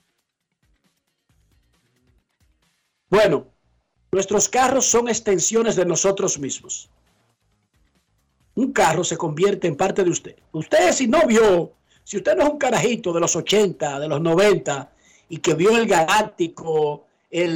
Bueno, nuestros carros son extensiones de nosotros mismos. Un carro se convierte en parte de usted. Usted, si no vio, si usted no es un carajito de los 80, de los 90, y que vio el Galáctico,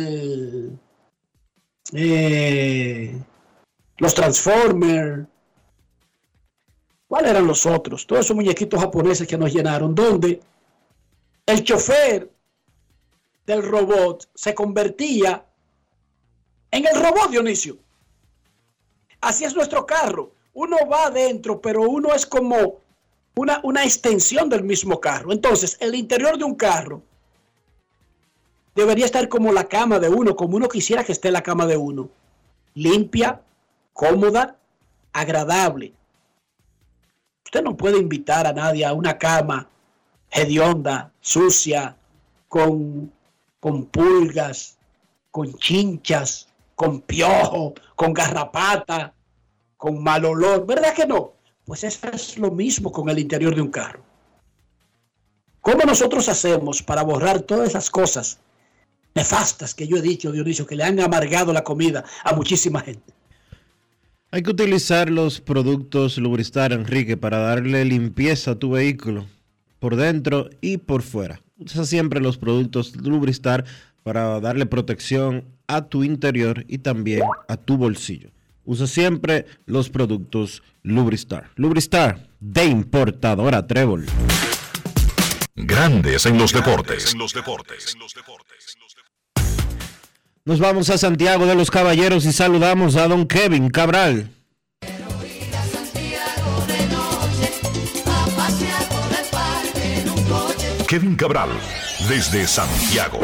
los Transformers, ¿cuáles eran los otros? Todos esos muñequitos japoneses que nos llenaron, donde el chofer del robot se convertía en el robot, Dionisio. Así es nuestro carro. Uno va adentro, pero uno es como una extensión del mismo carro. Entonces, el interior de un carro debería estar como la cama de uno, como uno quisiera que esté la cama de uno. Limpia, cómoda, agradable. Usted no puede invitar a nadie a una cama hedionda, sucia, con pulgas, con chinchas, con piojo, con garrapata, con mal olor. ¿Verdad que no? Pues eso es lo mismo con el interior de un carro. ¿Cómo nosotros hacemos para borrar todas esas cosas nefastas que yo he dicho, Dionisio, que le han amargado la comida a muchísima gente? Hay que utilizar los productos Lubristar, Enrique, para darle limpieza a tu vehículo, por dentro y por fuera. Usa siempre los productos Lubristar para darle protección a tu interior y también a tu bolsillo. Usa siempre los productos Lubristar. Lubristar, de importadora Trébol. Grandes en los deportes. Nos vamos a Santiago de los Caballeros y saludamos a don Kevin Cabral. Kevin Cabral, desde Santiago.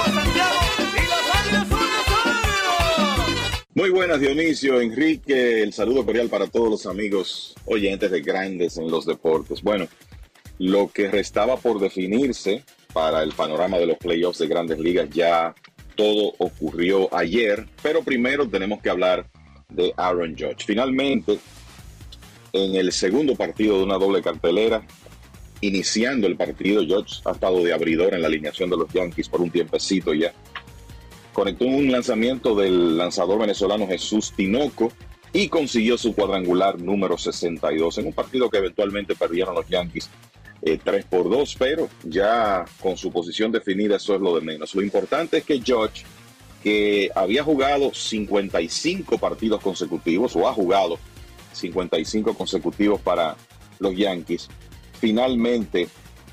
Muy buenas, Dionisio, Enrique, el saludo cordial para todos los amigos oyentes de Grandes en los Deportes. Bueno, lo que restaba por definirse para el panorama de los playoffs de Grandes Ligas ya todo ocurrió ayer, pero primero tenemos que hablar de Aaron Judge. Finalmente, en el segundo partido de una doble cartelera, iniciando el partido, Judge ha estado de abridor en la alineación de los Yankees por un tiempecito ya. Conectó un lanzamiento del lanzador venezolano Jesús Tinoco y consiguió su cuadrangular número 62 en un partido que eventualmente perdieron los Yankees 3-2, pero ya con su posición definida eso es lo de menos. Lo importante es que Judge, que había jugado 55 partidos consecutivos o ha jugado 55 consecutivos para los Yankees, finalmente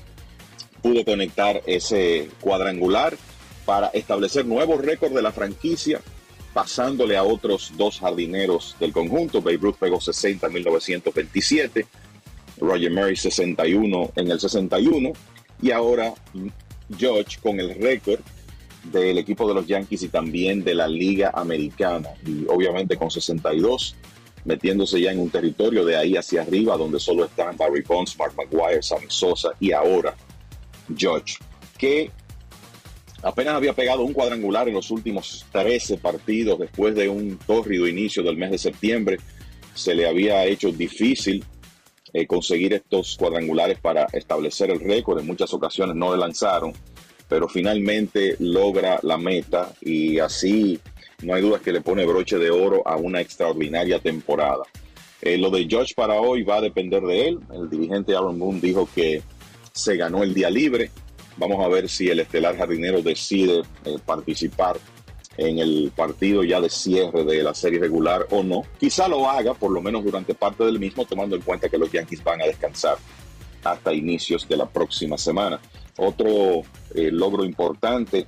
pudo conectar ese cuadrangular para establecer nuevos récords de la franquicia, pasándole a otros dos jardineros del conjunto. Babe Ruth pegó 60 en 1927, Roger Murray 61 en el 61, y ahora Judge con el récord del equipo de los Yankees y también de la Liga Americana, y obviamente con 62, metiéndose ya en un territorio de ahí hacia arriba donde solo están Barry Bonds, Mark McGwire, Sammy Sosa y ahora Judge, que apenas había pegado un cuadrangular en los últimos 13 partidos después de un tórrido inicio del mes de septiembre. Se le había hecho difícil conseguir estos cuadrangulares para establecer el récord. En muchas ocasiones no le lanzaron, pero finalmente logra la meta y así no hay duda que le pone broche de oro a una extraordinaria temporada. Lo de Judge para hoy va a depender de él. El dirigente Aaron Boone dijo que se ganó el día libre. Vamos a ver si el estelar jardinero decide participar en el partido ya de cierre de la serie regular o no. Quizá lo haga, por lo menos durante parte del mismo, tomando en cuenta que los Yankees van a descansar hasta inicios de la próxima semana. Otro logro importante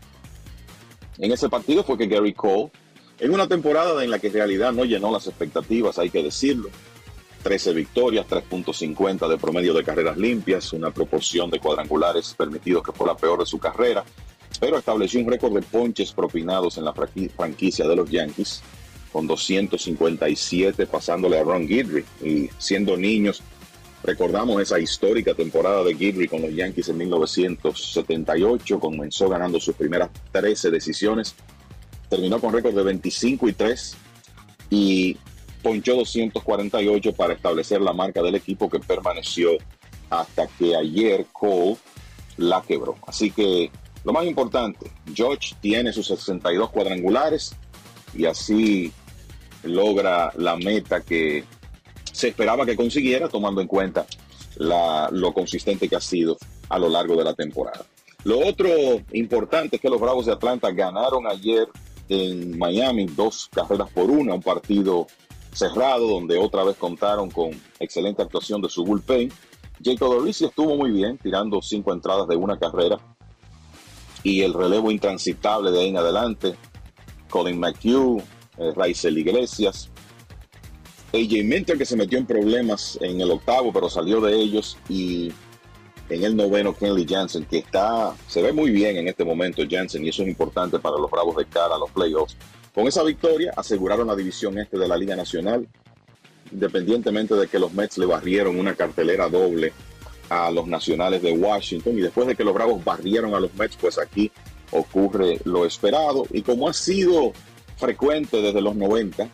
en ese partido fue que Gary Cole, en una temporada en la que en realidad no llenó las expectativas, hay que decirlo, 13 victorias, 3.50 de promedio de carreras limpias, una proporción de cuadrangulares permitidos que fue la peor de su carrera, pero estableció un récord de ponches propinados en la franquicia de los Yankees, con 257, pasándole a Ron Guidry. Y siendo niños, recordamos esa histórica temporada de Guidry con los Yankees en 1978, comenzó ganando sus primeras 13 decisiones, terminó con récord de 25-3 y ponchó 248 para establecer la marca del equipo, que permaneció hasta que ayer Cole la quebró. Así que lo más importante, Judge tiene sus 62 cuadrangulares y así logra la meta que se esperaba que consiguiera, tomando en cuenta lo consistente que ha sido a lo largo de la temporada. Lo otro importante es que los Bravos de Atlanta ganaron ayer en Miami 2-1, un partido cerrado donde otra vez contaron con excelente actuación de su bullpen. Jacob Dorisi estuvo muy bien, tirando 5 entradas de una carrera, y el relevo intransitable de ahí en adelante, Colin McHugh, Raisel Iglesias, AJ Minter, que se metió en problemas en el octavo pero salió de ellos, y en el noveno Kenley Jansen, que se ve muy bien en este momento Jansen, y eso es importante para los Bravos de cara a los playoffs. Con esa victoria aseguraron la división este de la Liga Nacional, independientemente de que los Mets le barrieron una cartelera doble a los Nacionales de Washington, y después de que los Bravos barrieron a los Mets, pues aquí ocurre lo esperado, y como ha sido frecuente desde los 90,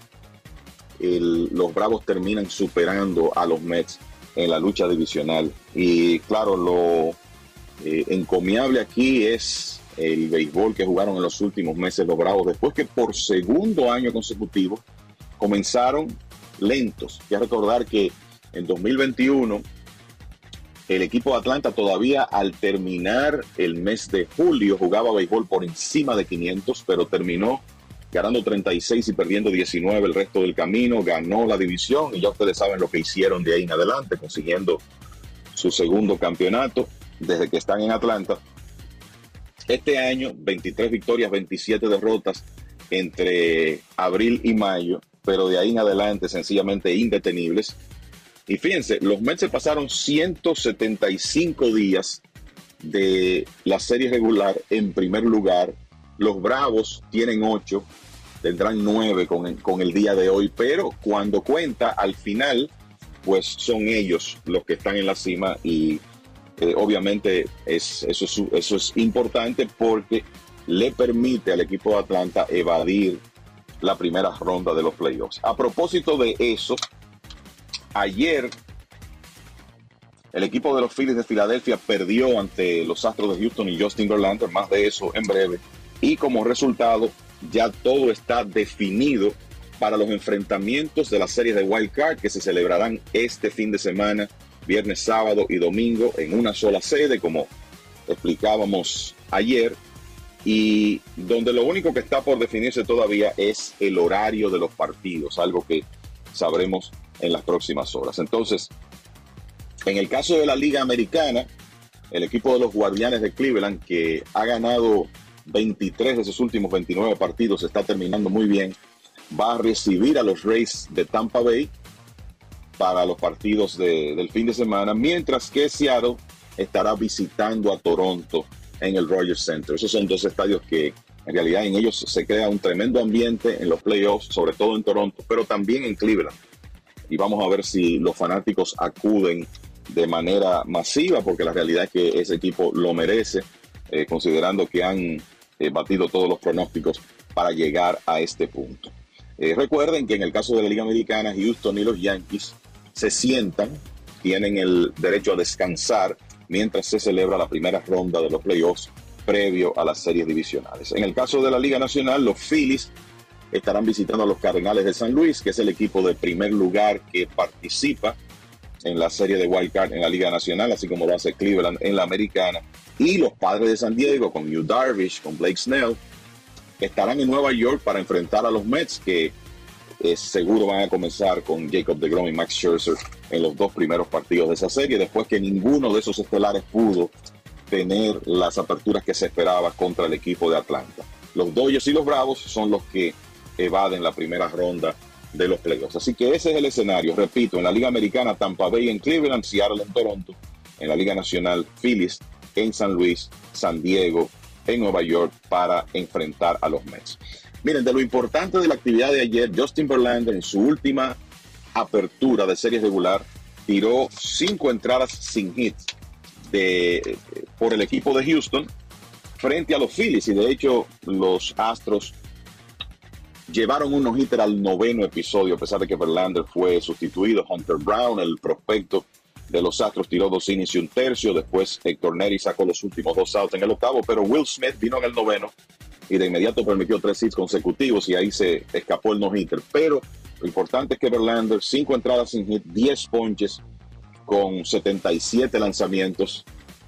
los Bravos terminan superando a los Mets en la lucha divisional. Y claro, lo encomiable aquí es el béisbol que jugaron en los últimos meses los Bravos, después que por segundo año consecutivo comenzaron lentos. Hay que recordar que en 2021 el equipo de Atlanta todavía al terminar el mes de julio jugaba béisbol por encima de 500, pero terminó ganando 36 y perdiendo 19 el resto del camino. Ganó la división y ya ustedes saben lo que hicieron de ahí en adelante, consiguiendo su segundo campeonato desde que están en Atlanta. Este año, 23 victorias, 27 derrotas entre abril y mayo, pero de ahí en adelante sencillamente indetenibles. Y fíjense, los Mets se pasaron 175 días de la serie regular en primer lugar. Los Bravos tienen 8, tendrán 9 con el día de hoy, pero cuando cuenta al final, pues son ellos los que están en la cima, y obviamente eso es importante porque le permite al equipo de Atlanta evadir la primera ronda de los playoffs. A propósito de eso, ayer el equipo de los Phillies de Filadelfia perdió ante los Astros de Houston y Justin Verlander, más de eso en breve, y como resultado ya todo está definido para los enfrentamientos de las series de Wild Card que se celebrarán este fin de semana, viernes, sábado y domingo, en una sola sede, como explicábamos ayer, y donde lo único que está por definirse todavía es el horario de los partidos, algo que sabremos en las próximas horas. Entonces, en el caso de la Liga Americana, el equipo de los Guardianes de Cleveland, que ha ganado 23 de sus últimos 29 partidos, está terminando muy bien, va a recibir a los Rays de Tampa Bay para los partidos del fin de semana, mientras que Seattle estará visitando a Toronto en el Rogers Center. Esos son dos estadios que en realidad en ellos se crea un tremendo ambiente en los playoffs, sobre todo en Toronto, pero también en Cleveland. Y vamos a ver si los fanáticos acuden de manera masiva, porque la realidad es que ese equipo lo merece, considerando que han batido todos los pronósticos para llegar a este punto. Recuerden que en el caso de la Liga Americana, Houston y los Yankees se sientan, tienen el derecho a descansar mientras se celebra la primera ronda de los playoffs previo a las series divisionales. En el caso de la Liga Nacional, los Phillies estarán visitando a los Cardenales de San Luis, que es el equipo de primer lugar que participa en la serie de Wild Card en la Liga Nacional, así como lo hace Cleveland en la Americana. Y los Padres de San Diego, con Yu Darvish, con Blake Snell, estarán en Nueva York para enfrentar a los Mets, que seguro van a comenzar con Jacob deGrom y Max Scherzer en los dos primeros partidos de esa serie, después que ninguno de esos estelares pudo tener las aperturas que se esperaba contra el equipo de Atlanta. Los Dodgers y los Bravos son los que evaden la primera ronda de los playoffs. Así que ese es el escenario. Repito, en la Liga Americana, Tampa Bay en Cleveland, Seattle en Toronto. En la Liga Nacional, Phillies en San Luis, San Diego en Nueva York para enfrentar a los Mets. Miren, de lo importante de la actividad de ayer, Justin Verlander en su última apertura de serie regular tiró 5 entradas sin hits por el equipo de Houston frente a los Phillies, y de hecho los Astros llevaron un no-hitter al 9º episodio, a pesar de que Verlander fue sustituido. Hunter Brown, el prospecto de los Astros, tiró 2 innings y 1/3. Después Héctor Nery sacó los últimos 2 outs en el 8º, pero Will Smith vino en el 9º y de inmediato permitió 3 hits consecutivos, y ahí se escapó el no-hitter. Pero lo importante es que Verlander, 5 entradas sin hit, 10 ponches con 77 lanzamientos.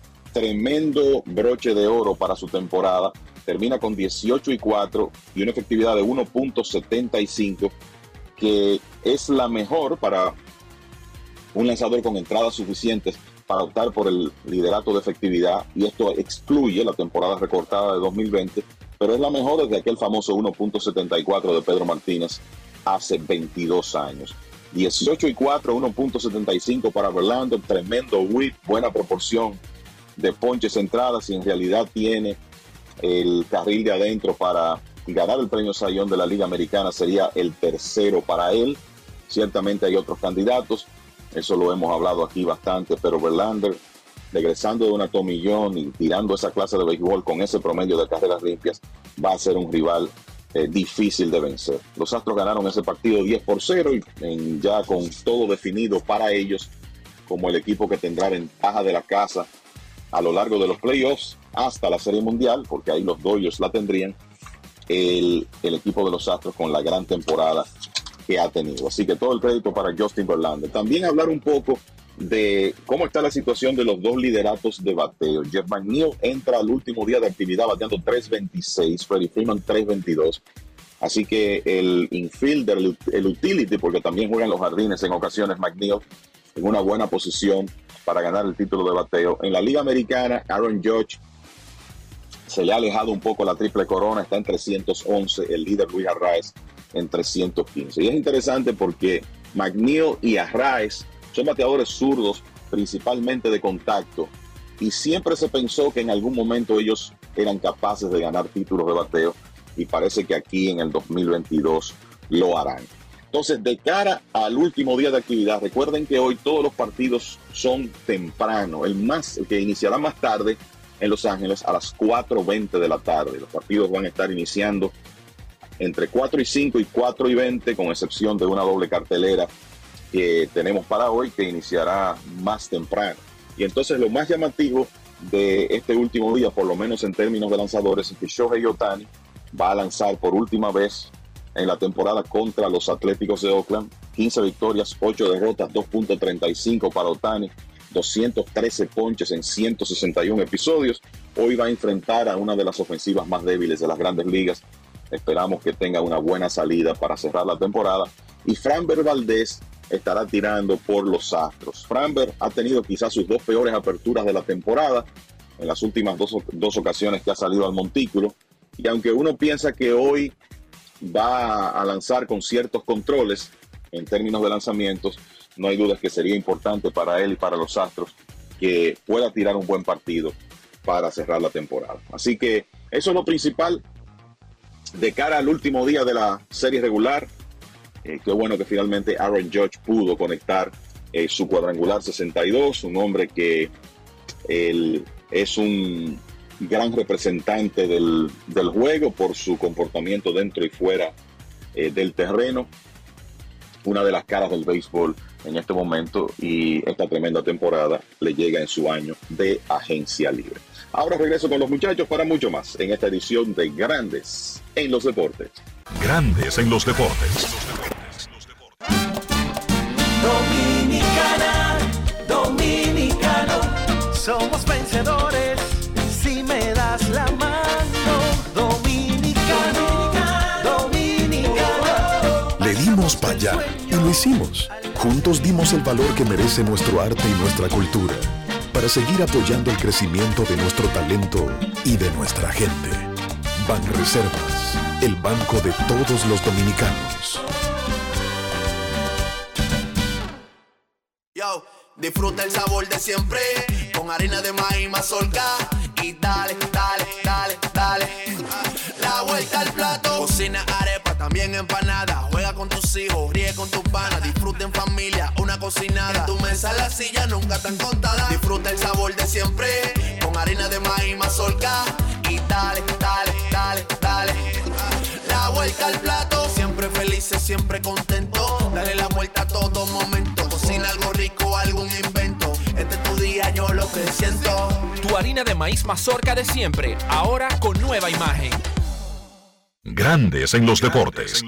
Tremendo broche de oro para su temporada. Termina con 18-4 y una efectividad de 1.75, que es la mejor para un lanzador con entradas suficientes para optar por el liderato de efectividad, y esto excluye la temporada recortada de 2020, pero es la mejor desde aquel famoso 1.74 de Pedro Martínez hace 22 años. 18-4, 1.75 para Verlander, tremendo whip, buena proporción de ponches, entradas, y en realidad tiene el carril de adentro para ganar el premio Cy Young de la Liga Americana. Sería el tercero para él. Ciertamente hay otros candidatos, eso lo hemos hablado aquí bastante, pero Verlander, regresando de una Tommy John y tirando esa clase de béisbol con ese promedio de carreras limpias, va a ser un rival difícil de vencer. Los Astros ganaron ese partido 10-0 y ya con todo definido para ellos como el equipo que tendrá ventaja de la casa a lo largo de los playoffs hasta la Serie Mundial, porque ahí los Dodgers la tendrían, el equipo de los Astros con la gran temporada que ha tenido. Así que todo el crédito para Justin Verlander. También hablar un poco de cómo está la situación de los dos lideratos de bateo. Jeff McNeil entra al último día de actividad bateando 3.26, Freddie Freeman 3.22. Así que el infielder, el utility, porque también juega en los jardines en ocasiones, McNeil, en una buena posición para ganar el título de bateo. En la Liga Americana, Aaron Judge se le ha alejado un poco la triple corona, está en 311, el líder Luis Arraez en 315. Y es interesante porque McNeil y Arraez son bateadores zurdos, principalmente de contacto, y siempre se pensó que en algún momento ellos eran capaces de ganar títulos de bateo, y parece que aquí en el 2022 lo harán. Entonces, de cara al último día de actividad, recuerden que hoy todos los partidos son temprano. El que iniciará más tarde en Los Ángeles a las 4:20 de la tarde. Los partidos van a estar iniciando entre 4:05 y 4:20, con excepción de una doble cartelera que tenemos para hoy, que iniciará más temprano. Y entonces lo más llamativo de este último día, por lo menos en términos de lanzadores, es que Shohei Ohtani va a lanzar por última vez en la temporada contra los Atléticos de Oakland. 15 victorias, 8 derrotas, 2.35 para Ohtani, 213 ponches en 161 episodios. Hoy va a enfrentar a una de las ofensivas más débiles de las Grandes Ligas. Esperamos que tenga una buena salida para cerrar la temporada. Y Framber Valdez estará tirando por los Astros. Framber ha tenido quizás sus 2 peores aperturas de la temporada en las últimas dos ocasiones que ha salido al montículo. Y aunque uno piensa que hoy va a lanzar con ciertos controles en términos de lanzamientos, no hay dudas que sería importante para él y para los Astros que pueda tirar un buen partido para cerrar la temporada. Así que eso es lo principal de cara al último día de la serie regular. Qué bueno que finalmente Aaron Judge pudo conectar su cuadrangular 62, un hombre que es un gran representante del juego por su comportamiento dentro y fuera del terreno. Una de las caras del béisbol en este momento, y esta tremenda temporada le llega en su año de agencia libre. Ahora regreso con los muchachos para mucho más en esta edición de Grandes en los Deportes. Grandes en los Deportes. Dominicana, dominicano, somos vencedores si me das la mano. Dominicano, dominicano. Le dimos para allá y lo hicimos. Juntos dimos el valor que merece nuestro arte y nuestra cultura para seguir apoyando el crecimiento de nuestro talento y de nuestra gente. Banreservas, el banco de todos los dominicanos. Yo, disfruta el sabor de siempre con harina de maíz mazorca y dale, dale, dale, dale. La vuelta al plato, cocina arepa, también empanada. Juega con tus hijos, ríe con tus panas, disfruta en familia, una cocinada. En tu mesa la silla nunca tan contada. Disfruta el sabor de siempre con harina de maíz mazorca y dale, dale, dale, dale. La vuelta al plato, siempre felices, siempre contento. Dale la vuelta a todo momento. Cocina algo rico, algún invento. Este es tu día, yo lo que siento. Tu harina de maíz mazorca de siempre, ahora con nueva imagen. Grandes en los deportes.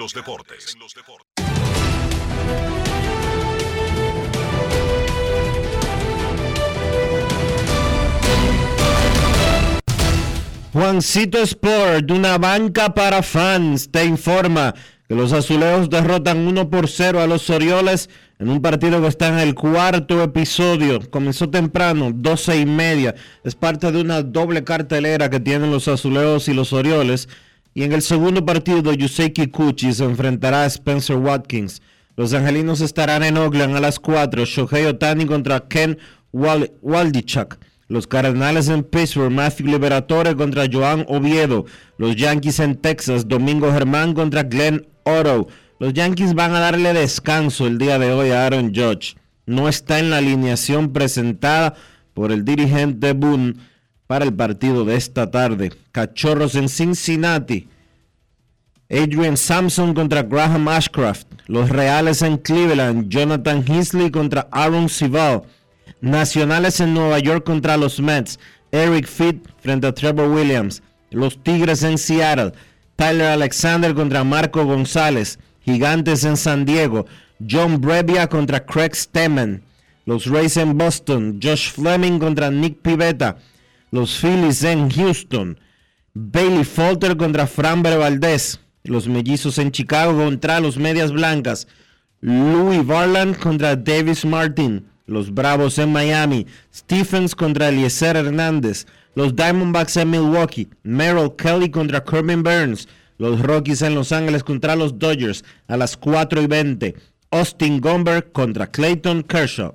Juancito Sport, una banca para fans, te informa que los azulejos derrotan 1-0 a los Orioles en un partido que está en el 4º episodio. Comenzó temprano, 12:30. Es parte de una doble cartelera que tienen los azulejos y los Orioles. Y en el segundo partido, Yusei Kikuchi se enfrentará a Spencer Watkins. Los angelinos estarán en Oakland a las 4. Shohei Ohtani contra Ken Waldichuk. Los Cardenales en Pittsburgh, Matthew Liberatore contra Joan Oviedo. Los Yankees en Texas, Domingo Germán contra Glenn Otto. Los Yankees van a darle descanso el día de hoy a Aaron Judge. No está en la alineación presentada por el dirigente Boone para el partido de esta tarde. Cachorros en Cincinnati, Adrian Sampson contra Graham Ashcraft. Los Reales en Cleveland, Jonathan Heasley contra Aaron Civil. Nacionales en Nueva York contra los Mets, Eric Fitt frente a Trevor Williams. Los Tigres en Seattle, Tyler Alexander contra Marco González. Gigantes en San Diego, John Brebbia contra Craig Stemmen. Los Rays en Boston, Josh Fleming contra Nick Pivetta. Los Phillies en Houston, Bailey Falter contra Framber Valdez. Los Mellizos en Chicago contra los Medias Blancas, Louis Varland contra Davis Martin. Los Bravos en Miami, Stephens contra Eliezer Hernández. Los Diamondbacks en Milwaukee, Merrill Kelly contra Corbin Burns. Los Rockies en Los Ángeles contra los Dodgers a las 4:20. Austin Gomber contra Clayton Kershaw.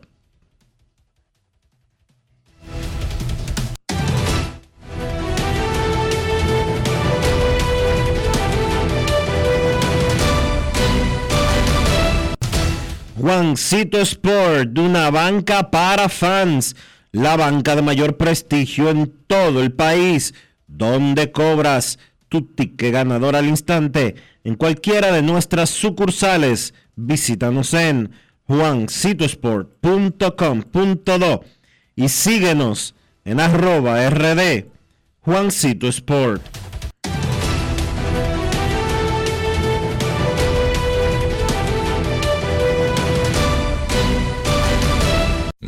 Juancito Sport, una banca para fans, la banca de mayor prestigio en todo el país, donde cobras tu ticket ganador al instante en cualquiera de nuestras sucursales. Visítanos en juancitosport.com.do y síguenos en @RD Juancito Sport.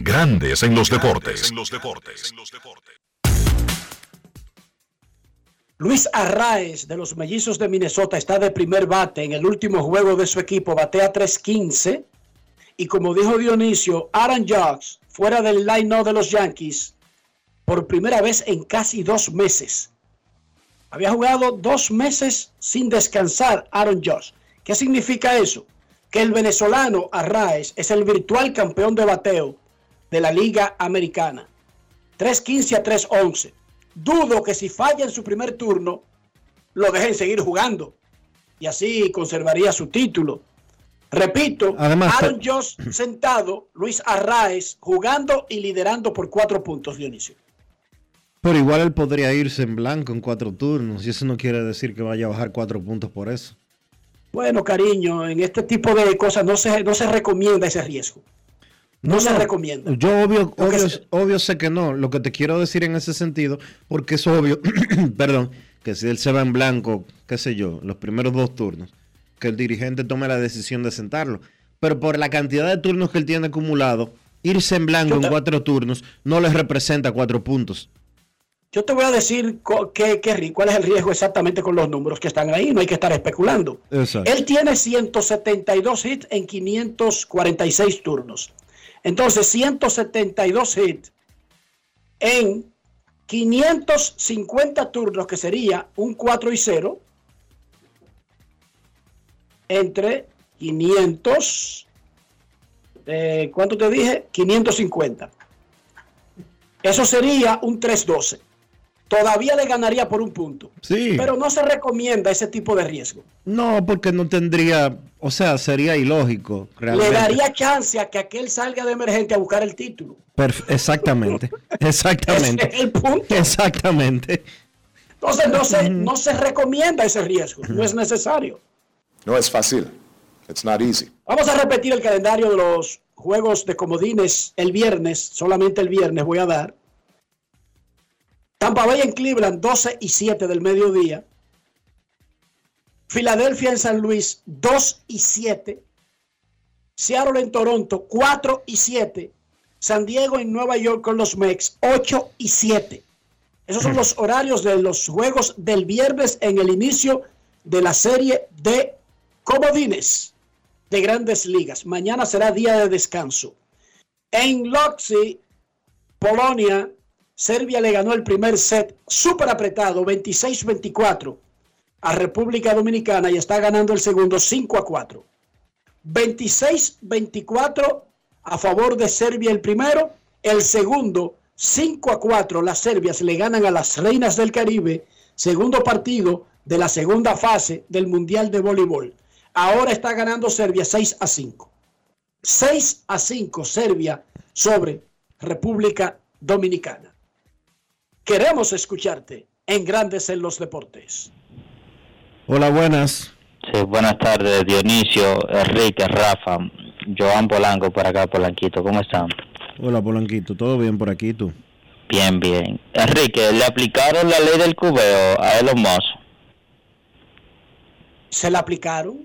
Grandes en los deportes. Luis Arraez de los Mellizos de Minnesota está de primer bate en el último juego de su equipo, batea 3.15. Y como dijo Dionisio, Aaron Judge, fuera del line-up de los Yankees, por primera vez en casi 2 meses. Había jugado 2 meses sin descansar Aaron Judge. ¿Qué significa eso? Que el venezolano Arraez es el virtual campeón de bateo de la Liga Americana. 3.15 a 3.11. Dudo que si falla en su primer turno, lo dejen seguir jugando. Y así conservaría su título. Repito, además, Aaron Judge sentado, Luis Arraez jugando y liderando por 4 puntos, Dionisio. Pero igual él podría irse en blanco en 4 turnos, y eso no quiere decir que vaya a bajar 4 puntos por eso. Bueno, cariño, en este tipo de cosas no se recomienda ese riesgo. No se recomienda. Yo obvio sé que no. Lo que te quiero decir en ese sentido, porque es obvio, perdón, que si él se va en blanco, qué sé yo, los primeros 2 turnos, que el dirigente tome la decisión de sentarlo. Pero por la cantidad de turnos que él tiene acumulado, irse en blanco en 4 turnos no les representa 4 puntos. Yo te voy a decir cuál es el riesgo exactamente con los números que están ahí. No hay que estar especulando. Exacto. Él tiene 172 hits en 546 turnos. Entonces, 172 hits en 550 turnos, que sería un 4-0, entre 500, ¿cuánto te dije? 550. Eso sería un 3-12. Todavía le ganaría por 1 punto. Sí. Pero no se recomienda ese tipo de riesgo. No, porque no tendría, o sea, sería ilógico. Realmente. Le daría chance a que aquel salga de emergente a buscar el título. Exactamente. Exactamente. Ese es el punto. Exactamente. Entonces no se recomienda ese riesgo. No es necesario. No es fácil. It's not easy. Vamos a repetir el calendario de los juegos de comodines el viernes. Solamente el viernes voy a dar. Tampa Bay en Cleveland, 12-7 del mediodía. Filadelfia en San Luis, 2-7. Seattle en Toronto, 4-7. San Diego en Nueva York con los Mets, 8-7. Esos son los horarios de los juegos del viernes en el inicio de la serie de comodines de Grandes Ligas. Mañana será día de descanso. En Lodz, Polonia, Serbia le ganó el primer set súper apretado, 26-24 a República Dominicana, y está ganando el segundo 5-4. 26-24 a favor de Serbia el primero, el segundo 5-4. Las serbias le ganan a las Reinas del Caribe, segundo partido de la segunda fase del Mundial de Voleibol. Ahora está ganando Serbia 6-5. 6-5 Serbia sobre República Dominicana. Queremos escucharte en Grandes en los Deportes. Hola, buenas. Sí, buenas tardes, Dionisio, Enrique, Rafa, Joan Polanco por acá, Polanquito. ¿Cómo están? Hola, Polanquito. ¿Todo bien por aquí, tú? Bien, bien. Enrique, ¿le aplicaron la ley del cubeo a Elon Musk? ¿Se la aplicaron?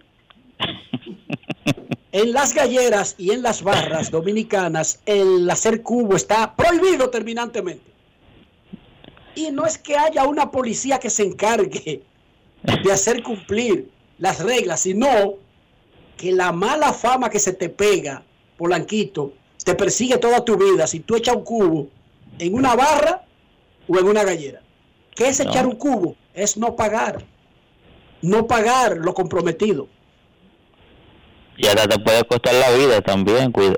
En las galleras y en las barras dominicanas, el hacer cubo está prohibido terminantemente. Y no es que haya una policía que se encargue de hacer cumplir las reglas, sino que la mala fama que se te pega, Polanquito, te persigue toda tu vida si tú echas un cubo en una barra o en una gallera. ¿Qué es echar un cubo? Es no pagar lo comprometido. Y hasta te puede costar la vida también, cuidado.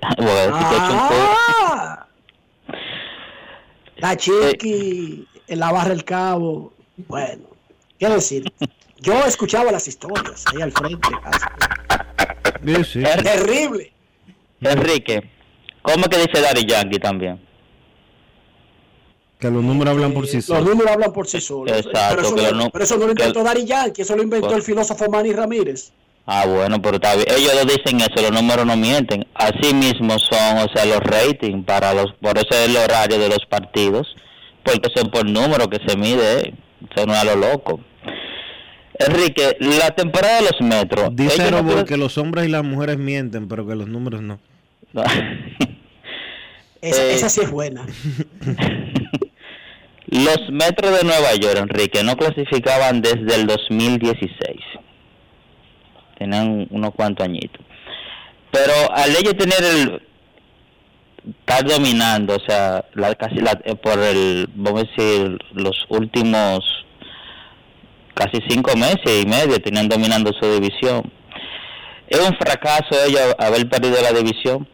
La chiqui, en la barra del Cabo. Bueno, quiero decir, yo escuchaba las historias ahí al frente. Sí. Terrible. Enrique, ¿cómo que dice Daddy Yankee también? Que los números hablan por sí solos. Los números hablan por sí solos. Exacto. Pero eso no lo inventó Daddy Yankee, eso lo inventó el filósofo Manny Ramírez. Ah, bueno, pero está bien. Ellos lo dicen eso, los números no mienten. Así mismo son, o sea, los ratings por eso es el horario de los partidos, porque son por número que se mide, eso no es a lo loco. Enrique, la temporada de los metros. Dice Robert que los hombres y las mujeres mienten, pero que los números no. Esa sí es buena. Los Metros de Nueva York, Enrique, no clasificaban desde el 2016. Tenían unos cuantos añitos. Pero al ellos estar dominando, o sea, vamos a decir, los últimos casi 5 meses y medio tenían dominando su división. ¿Es un fracaso ellos haber perdido la división?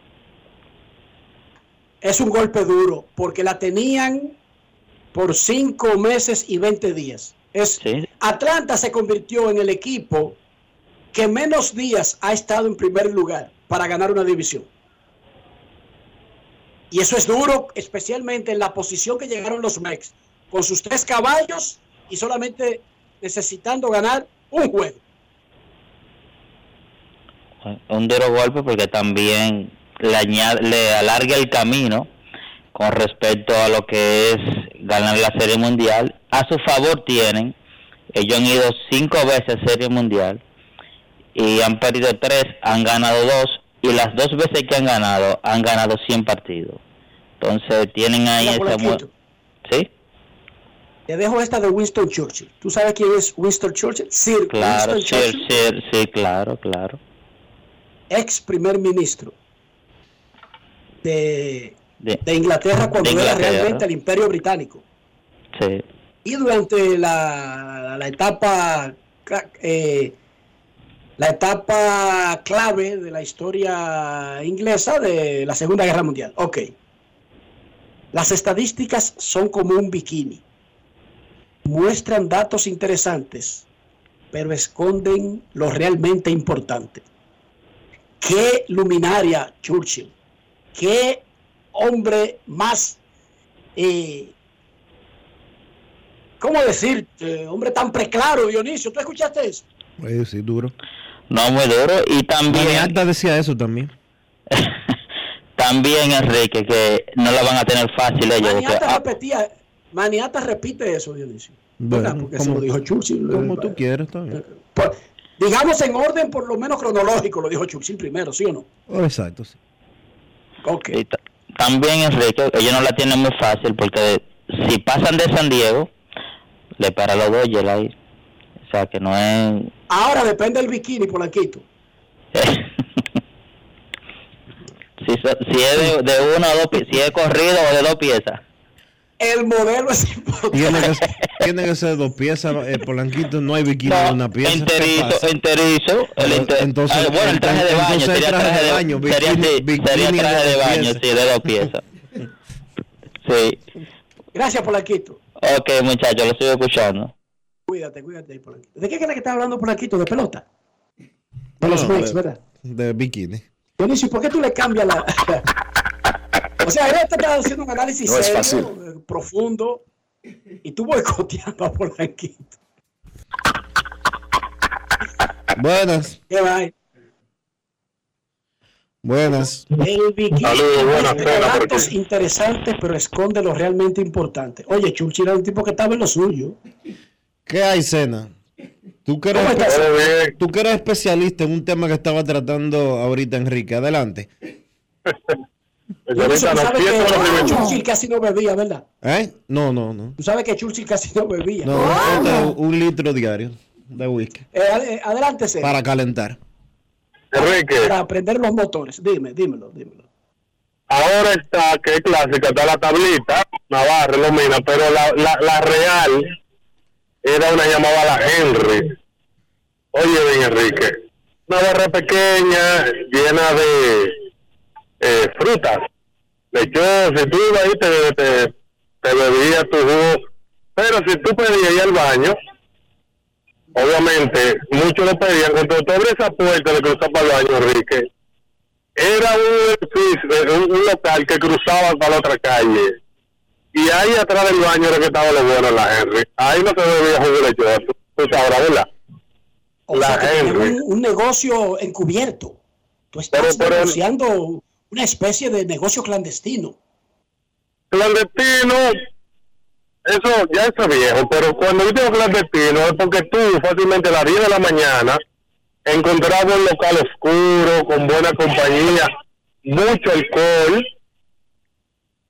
Es un golpe duro, porque la tenían por 5 meses y 20 días. ¿Sí? Atlanta se convirtió en el equipo que menos días ha estado en primer lugar para ganar una división. Y eso es duro, especialmente en la posición que llegaron los Mex, con sus 3 caballos y solamente necesitando ganar un juego. Un duro golpe porque también le alarga el camino con respecto a lo que es ganar la Serie Mundial. A su favor tienen, ellos han ido 5 veces a Serie Mundial y han perdido 3, han ganado 2, y las 2 veces que han ganado 100 partidos. Entonces tienen ahí ese... ¿Sí? Te dejo esta de Winston Churchill. ¿Tú sabes quién es Winston Churchill? Sir claro, Winston Churchill. Sí, claro. Ex primer ministro de Inglaterra cuando era realmente el Imperio Británico. Sí. Y durante la etapa clave de la historia inglesa de la Segunda Guerra Mundial. Ok. Las estadísticas son como un bikini. Muestran datos interesantes, pero esconden lo realmente importante. Qué luminaria Churchill. Qué hombre más, ¿cómo decir? Hombre tan preclaro, Dionisio. ¿Tú escuchaste eso? Sí, duro. No, muy duro. Y también... Maniata decía eso también. También, Enrique, que no la van a tener fácil ellos. Maniata repite eso, Dionisio. Bueno, porque se lo dijo Churchill. Como tú quieras, también. Digamos en orden por lo menos cronológico, lo dijo Churchill primero, ¿sí o no? Exacto, sí. Ok. También, Enrique, ellos no la tienen muy fácil porque si pasan de San Diego, le para los Dodgers ahí. O sea, que no es... Ahora depende del bikini, Polanquito. si es de 1 o 2, si es corrido o de 2 piezas. El modelo es importante. Tiene que ser 2 piezas, Polanquito, no hay bikini de una pieza. Enterizo. Entonces, bueno, el traje de baño, sería traje de baño. Sería traje de baño, sí, de 2 piezas. Sí. Gracias, Polanquito. Ok, muchachos, lo estoy escuchando. Cuídate, Polanquito. ¿De qué crees que estás hablando, Polanquito? ¿De pelota? De los Mex, ¿verdad? De bikini. Dionisio, ¿por qué tú le cambias la...? O sea, él está haciendo un análisis serio, profundo, y tú boicoteando a Polanquito. Buenas. ¿Qué va? Buenas. El bikini tiene datos interesantes, pero esconde lo realmente importante. Oye, Churchill era un tipo que estaba en lo suyo. ¿Qué hay, Sena? Tú que eres especialista en un tema que estaba tratando ahorita Enrique. Adelante. Tú sabes que Churchill casi no bebía, ¿verdad? No. Tú sabes que Churchill casi no bebía. No, 1 litro diario de whisky. Adelante, Sena. Para calentar. Enrique. Para prender los motores. Dímelo. Ahora está, que es clásica, está la tablita, Navarre, Lomina, pero la real era una llamada la Henry. Oye, bien, Enrique. Una barra pequeña, llena de frutas. Lechosa, si tú ibas ahí te bebías tu jugo. Pero si tú pedías ir al baño, obviamente, muchos lo pedían. Cuando tú abres esa puerta de cruzar para el baño, Enrique, era un local que cruzaba para la otra calle. Y ahí atrás del baño era que estaba lo bueno en la Henry. Ahí no se bebía jugo lechoso. Tú sabrás, ¿verdad? O sea, que Henry. Un negocio encubierto. Tú estás denunciando una especie de negocio clandestino. Clandestino, eso ya es viejo, pero cuando yo digo clandestino es porque tú fácilmente a las 10 de la mañana encontrabas un local oscuro, con buena compañía, mucho alcohol,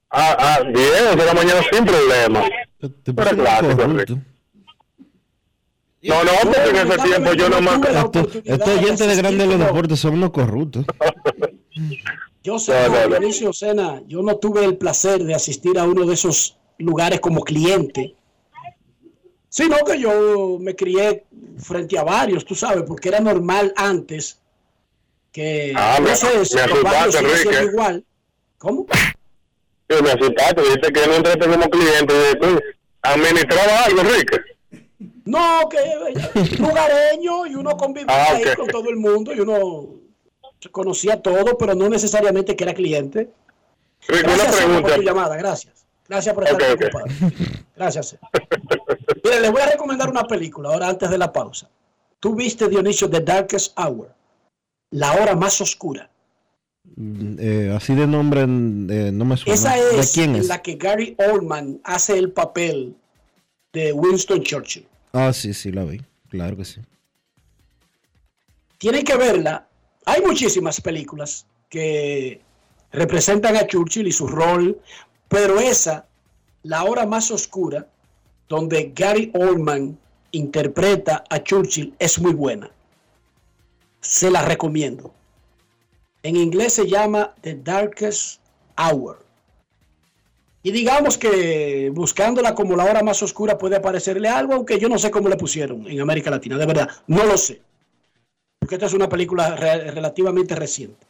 Bien, 11 de la mañana sin problema. Pero clásico, Enrique. No, porque en ese tiempo yo nomás... Estos oyentes de Grandes los Deportes son unos corruptos. Yo sé, Dionisio Sena, yo no tuve el placer de asistir a uno de esos lugares como cliente, sino que yo me frente a varios, tú sabes, porque era normal antes que... no sé, si los barrios siguen siendo igual. ¿Cómo? Sí, me asustaste, dijiste que no entraste como cliente, y tú administraba algo, Enrique. No, que lugareño y uno convivía ahí con todo el mundo y uno conocía todo, pero no necesariamente que era cliente. Gracias por tu llamada, gracias. Gracias por estar preocupado. Gracias. Mire, les voy a recomendar una película ahora antes de la pausa. ¿Tú viste, Dionisio, The Darkest Hour? La hora más oscura. Así de nombre no me suena. Esa es ¿De quién es? la que Gary Oldman hace el papel de Winston Churchill. Sí, la vi. Claro que sí. Tienen que verla. Hay muchísimas películas que representan a Churchill y su rol, pero esa, La hora más oscura, donde Gary Oldman interpreta a Churchill, es muy buena. Se la recomiendo. En inglés se llama The Darkest Hour. Y digamos que buscándola como la hora más oscura puede aparecerle algo, aunque yo no sé cómo le pusieron en América Latina, de verdad, no lo sé. Porque esta es una película relativamente reciente.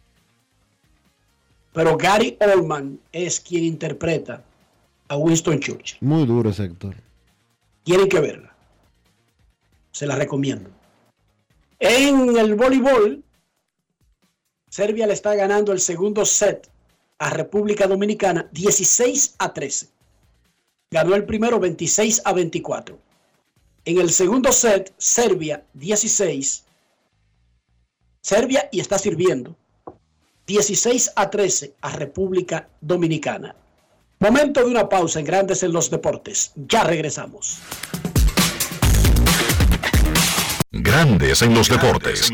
Pero Gary Oldman es quien interpreta a Winston Churchill. Muy duro ese actor. Tienen que verla. Se la recomiendo. En el voleibol, Serbia le está ganando el segundo set a República Dominicana 16-13. Ganó el primero 26-24. En el segundo set, Serbia 16. Serbia y está sirviendo 16-13 a República Dominicana. Momento de una pausa en Grandes en los Deportes. Ya regresamos. Grandes en los Deportes.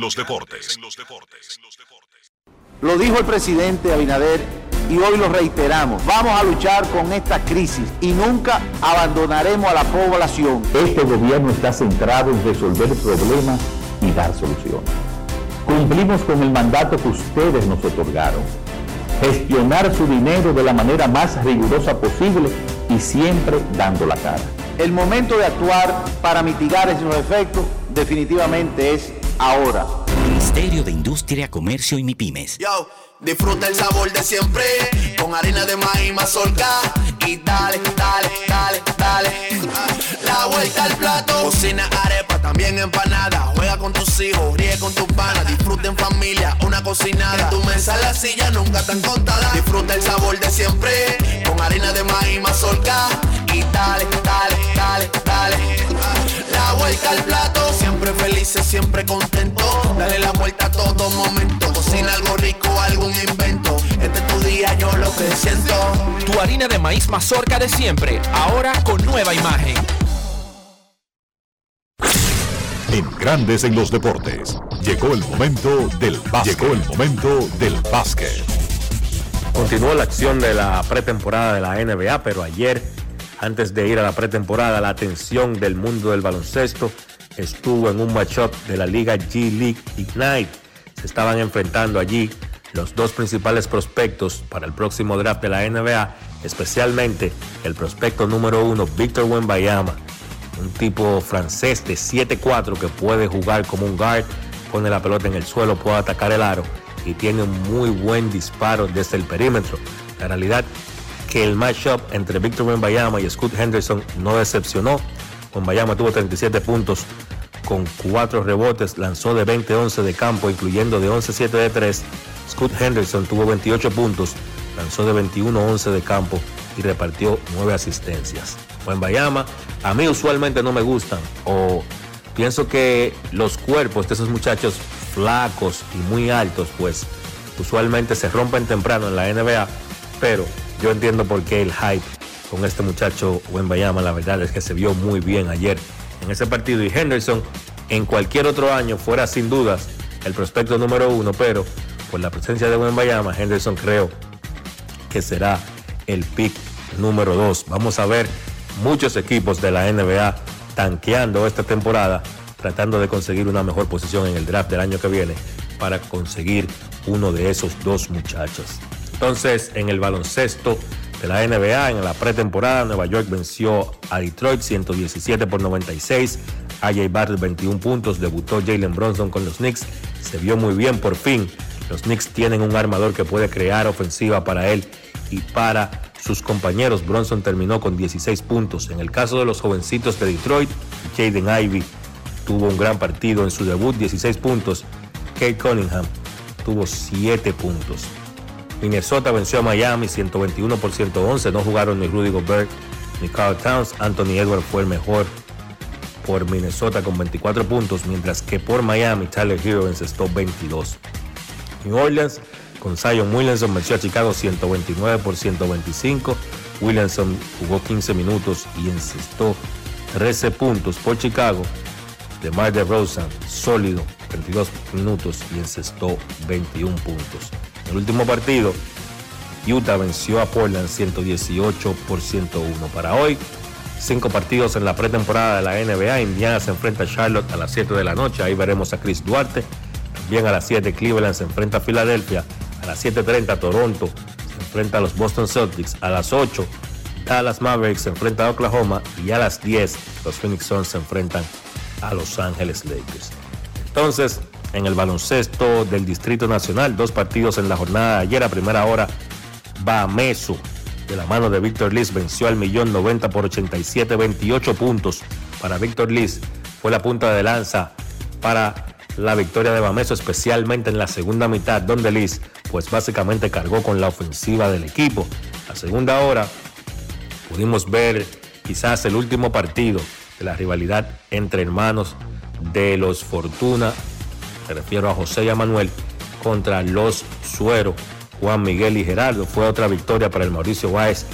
Lo dijo el presidente Abinader y hoy lo reiteramos. Vamos a luchar con esta crisis y nunca abandonaremos a la población. Este gobierno está centrado en resolver problemas y dar soluciones. Cumplimos con el mandato que ustedes nos otorgaron. Gestionar su dinero de la manera más rigurosa posible y siempre dando la cara. El momento de actuar para mitigar esos efectos definitivamente es ahora. Ministerio de Industria, Comercio y MIPYMES. Yo, disfruta el sabor de siempre con harina de maíz mazorca y dale, dale, dale, dale. La vuelta al plato, cocina arepa, también empanada. Juega con tus hijos, ríe con tus panas, disfruta en familia, una cocinada. En tu mesa la silla nunca tan contada. Disfruta el sabor de siempre con harina de maíz mazorca y dale, dale, dale, dale. La vuelta al plato, siempre felices, siempre contentos. Dale la vuelta a todo momento. Cocina algo rico, algún invento. Este es tu día, yo lo que siento. Tu harina de maíz mazorca de siempre, ahora con nueva imagen. En Grandes en los Deportes, llegó el momento del básquet. Continuó la acción de la pretemporada de la NBA, pero ayer, antes de ir a la pretemporada, la atención del mundo del baloncesto estuvo en un matchup de la Liga G-League Ignite. Se estaban enfrentando allí los dos principales prospectos para el próximo draft de la NBA, especialmente el prospecto número 1, Victor Wembanyama, un tipo francés de 7'4" que puede jugar como un guard, pone la pelota en el suelo, puede atacar el aro y tiene un muy buen disparo desde el perímetro. La realidad que el matchup entre Victor Wembanyama y Scoot Henderson no decepcionó. Wembanyama tuvo 37 puntos con 4 rebotes, lanzó de 20-11 de campo, incluyendo de 11-7 de 3. Scoot Henderson tuvo 28 puntos, lanzó de 21-11 de campo y repartió 9 asistencias. Wembanyama, a mí usualmente no me gustan, o pienso que los cuerpos de esos muchachos flacos y muy altos, pues usualmente se rompen temprano en la NBA, pero yo entiendo por qué el hype con este muchacho Wembanyama. La verdad es que se vio muy bien ayer en ese partido, y Henderson en cualquier otro año fuera sin dudas el prospecto número 1, pero por la presencia de Wembanyama, Henderson creo que será el pick número 2. Vamos a ver muchos equipos de la NBA tanqueando esta temporada, tratando de conseguir una mejor posición en el draft del año que viene para conseguir uno de esos dos muchachos. Entonces, en el baloncesto de la NBA, en la pretemporada, Nueva York venció a Detroit 117-96. A.J. Barrett 21 puntos, debutó Jalen Brunson con los Knicks, se vio muy bien por fin. Los Knicks tienen un armador que puede crear ofensiva para él y para sus compañeros. Brunson terminó con 16 puntos. En el caso de los jovencitos de Detroit, Jaden Ivey tuvo un gran partido en su debut, 16 puntos. Kate Cunningham tuvo 7 puntos. Minnesota venció a Miami 121-111. No jugaron ni Rudy Gobert ni Karl Towns. Anthony Edwards fue el mejor por Minnesota con 24 puntos, mientras que por Miami Tyler Hero encestó 22. New Orleans con Zion Williamson venció a Chicago 129-125. Williamson jugó 15 minutos y encestó 13 puntos por Chicago. DeMar DeRozan sólido 22 minutos y encestó 21 puntos. En el último partido, Utah venció a Portland 118-101. Para hoy, 5 partidos en la pretemporada de la NBA. Indiana se enfrenta a Charlotte a las 7 de la noche. Ahí veremos a Chris Duarte. También a las 7 Cleveland se enfrenta a Filadelfia. A las 7:30 Toronto se enfrenta a los Boston Celtics. A las 8 Dallas Mavericks se enfrenta a Oklahoma. Y a las 10 los Phoenix Suns se enfrentan a Los Ángeles Lakers. Entonces, en el baloncesto del Distrito Nacional, 2 partidos en la jornada de ayer. A primera hora, Bameso, de la mano de Víctor Liz, venció al Millón 90 por 87, 28 puntos para Víctor Liz. Fue la punta de lanza para la victoria de Bameso, especialmente en la segunda mitad, donde Liz pues básicamente cargó con la ofensiva del equipo. La segunda hora pudimos ver quizás el último partido de la rivalidad entre hermanos de los Fortuna, me refiero a José y a Manuel, contra los Suero, Juan Miguel y Gerardo. Fue otra victoria para el Mauricio Báez,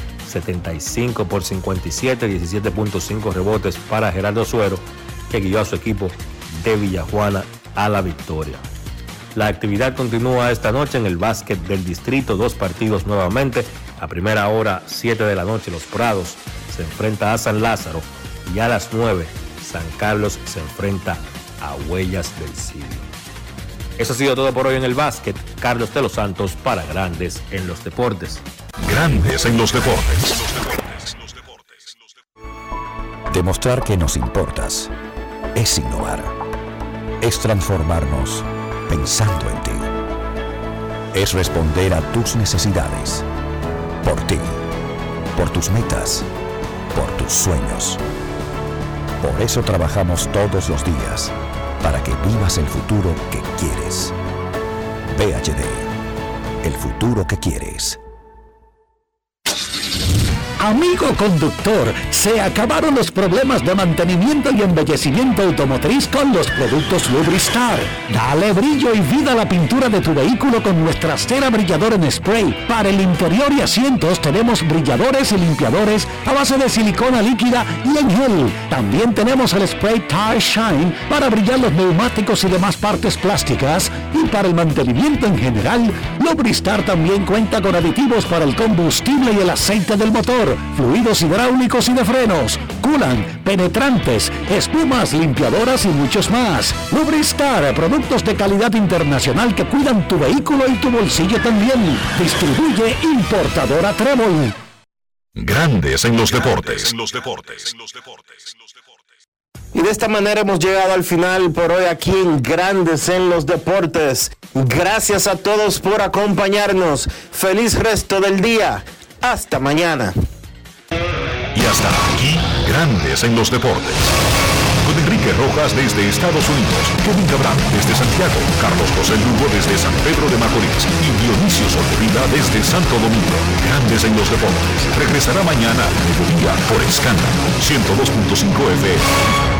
75-57, 17.5 rebotes para Gerardo Suero, que guió a su equipo de Villajuana a la victoria. La actividad continúa esta noche en el básquet del distrito, 2 partidos nuevamente. A primera hora, 7 de la noche, Los Prados se enfrenta a San Lázaro y a las 9, San Carlos se enfrenta a Huellas del Siglo. Eso ha sido todo por hoy en el básquet. Carlos de los Santos para Grandes en los Deportes. Grandes en los Deportes. Demostrar que nos importas es innovar. Es transformarnos pensando en ti. Es responder a tus necesidades. Por ti. Por tus metas. Por tus sueños. Por eso trabajamos todos los días, para que vivas el futuro que quieres. VHD, el futuro que quieres. Amigo conductor, se acabaron los problemas de mantenimiento y embellecimiento automotriz con los productos Lubristar. Dale brillo y vida a la pintura de tu vehículo con nuestra cera brilladora en spray. Para el interior y asientos tenemos brilladores y limpiadores a base de silicona líquida y en gel. También tenemos el spray Tire Shine para brillar los neumáticos y demás partes plásticas. Y para el mantenimiento en general, Lubristar también cuenta con aditivos para el combustible y el aceite del motor, fluidos hidráulicos y de frenos, culan, penetrantes, espumas, limpiadoras y muchos más. Lubristar, productos de calidad internacional que cuidan tu vehículo y tu bolsillo también. Distribuye importadora Trébol. Grandes en los Deportes. Y de esta manera hemos llegado al final por hoy aquí en Grandes en los Deportes. Gracias a todos por acompañarnos. Feliz resto del día. Hasta mañana. Y hasta aquí, Grandes en los Deportes. Con Enrique Rojas desde Estados Unidos, Kevin Cabral desde Santiago, Carlos José Lugo desde San Pedro de Macorís y Dionisio Soldevila desde Santo Domingo. Grandes en los Deportes. Regresará mañana al mediodía por Escándalo 102.5 FM.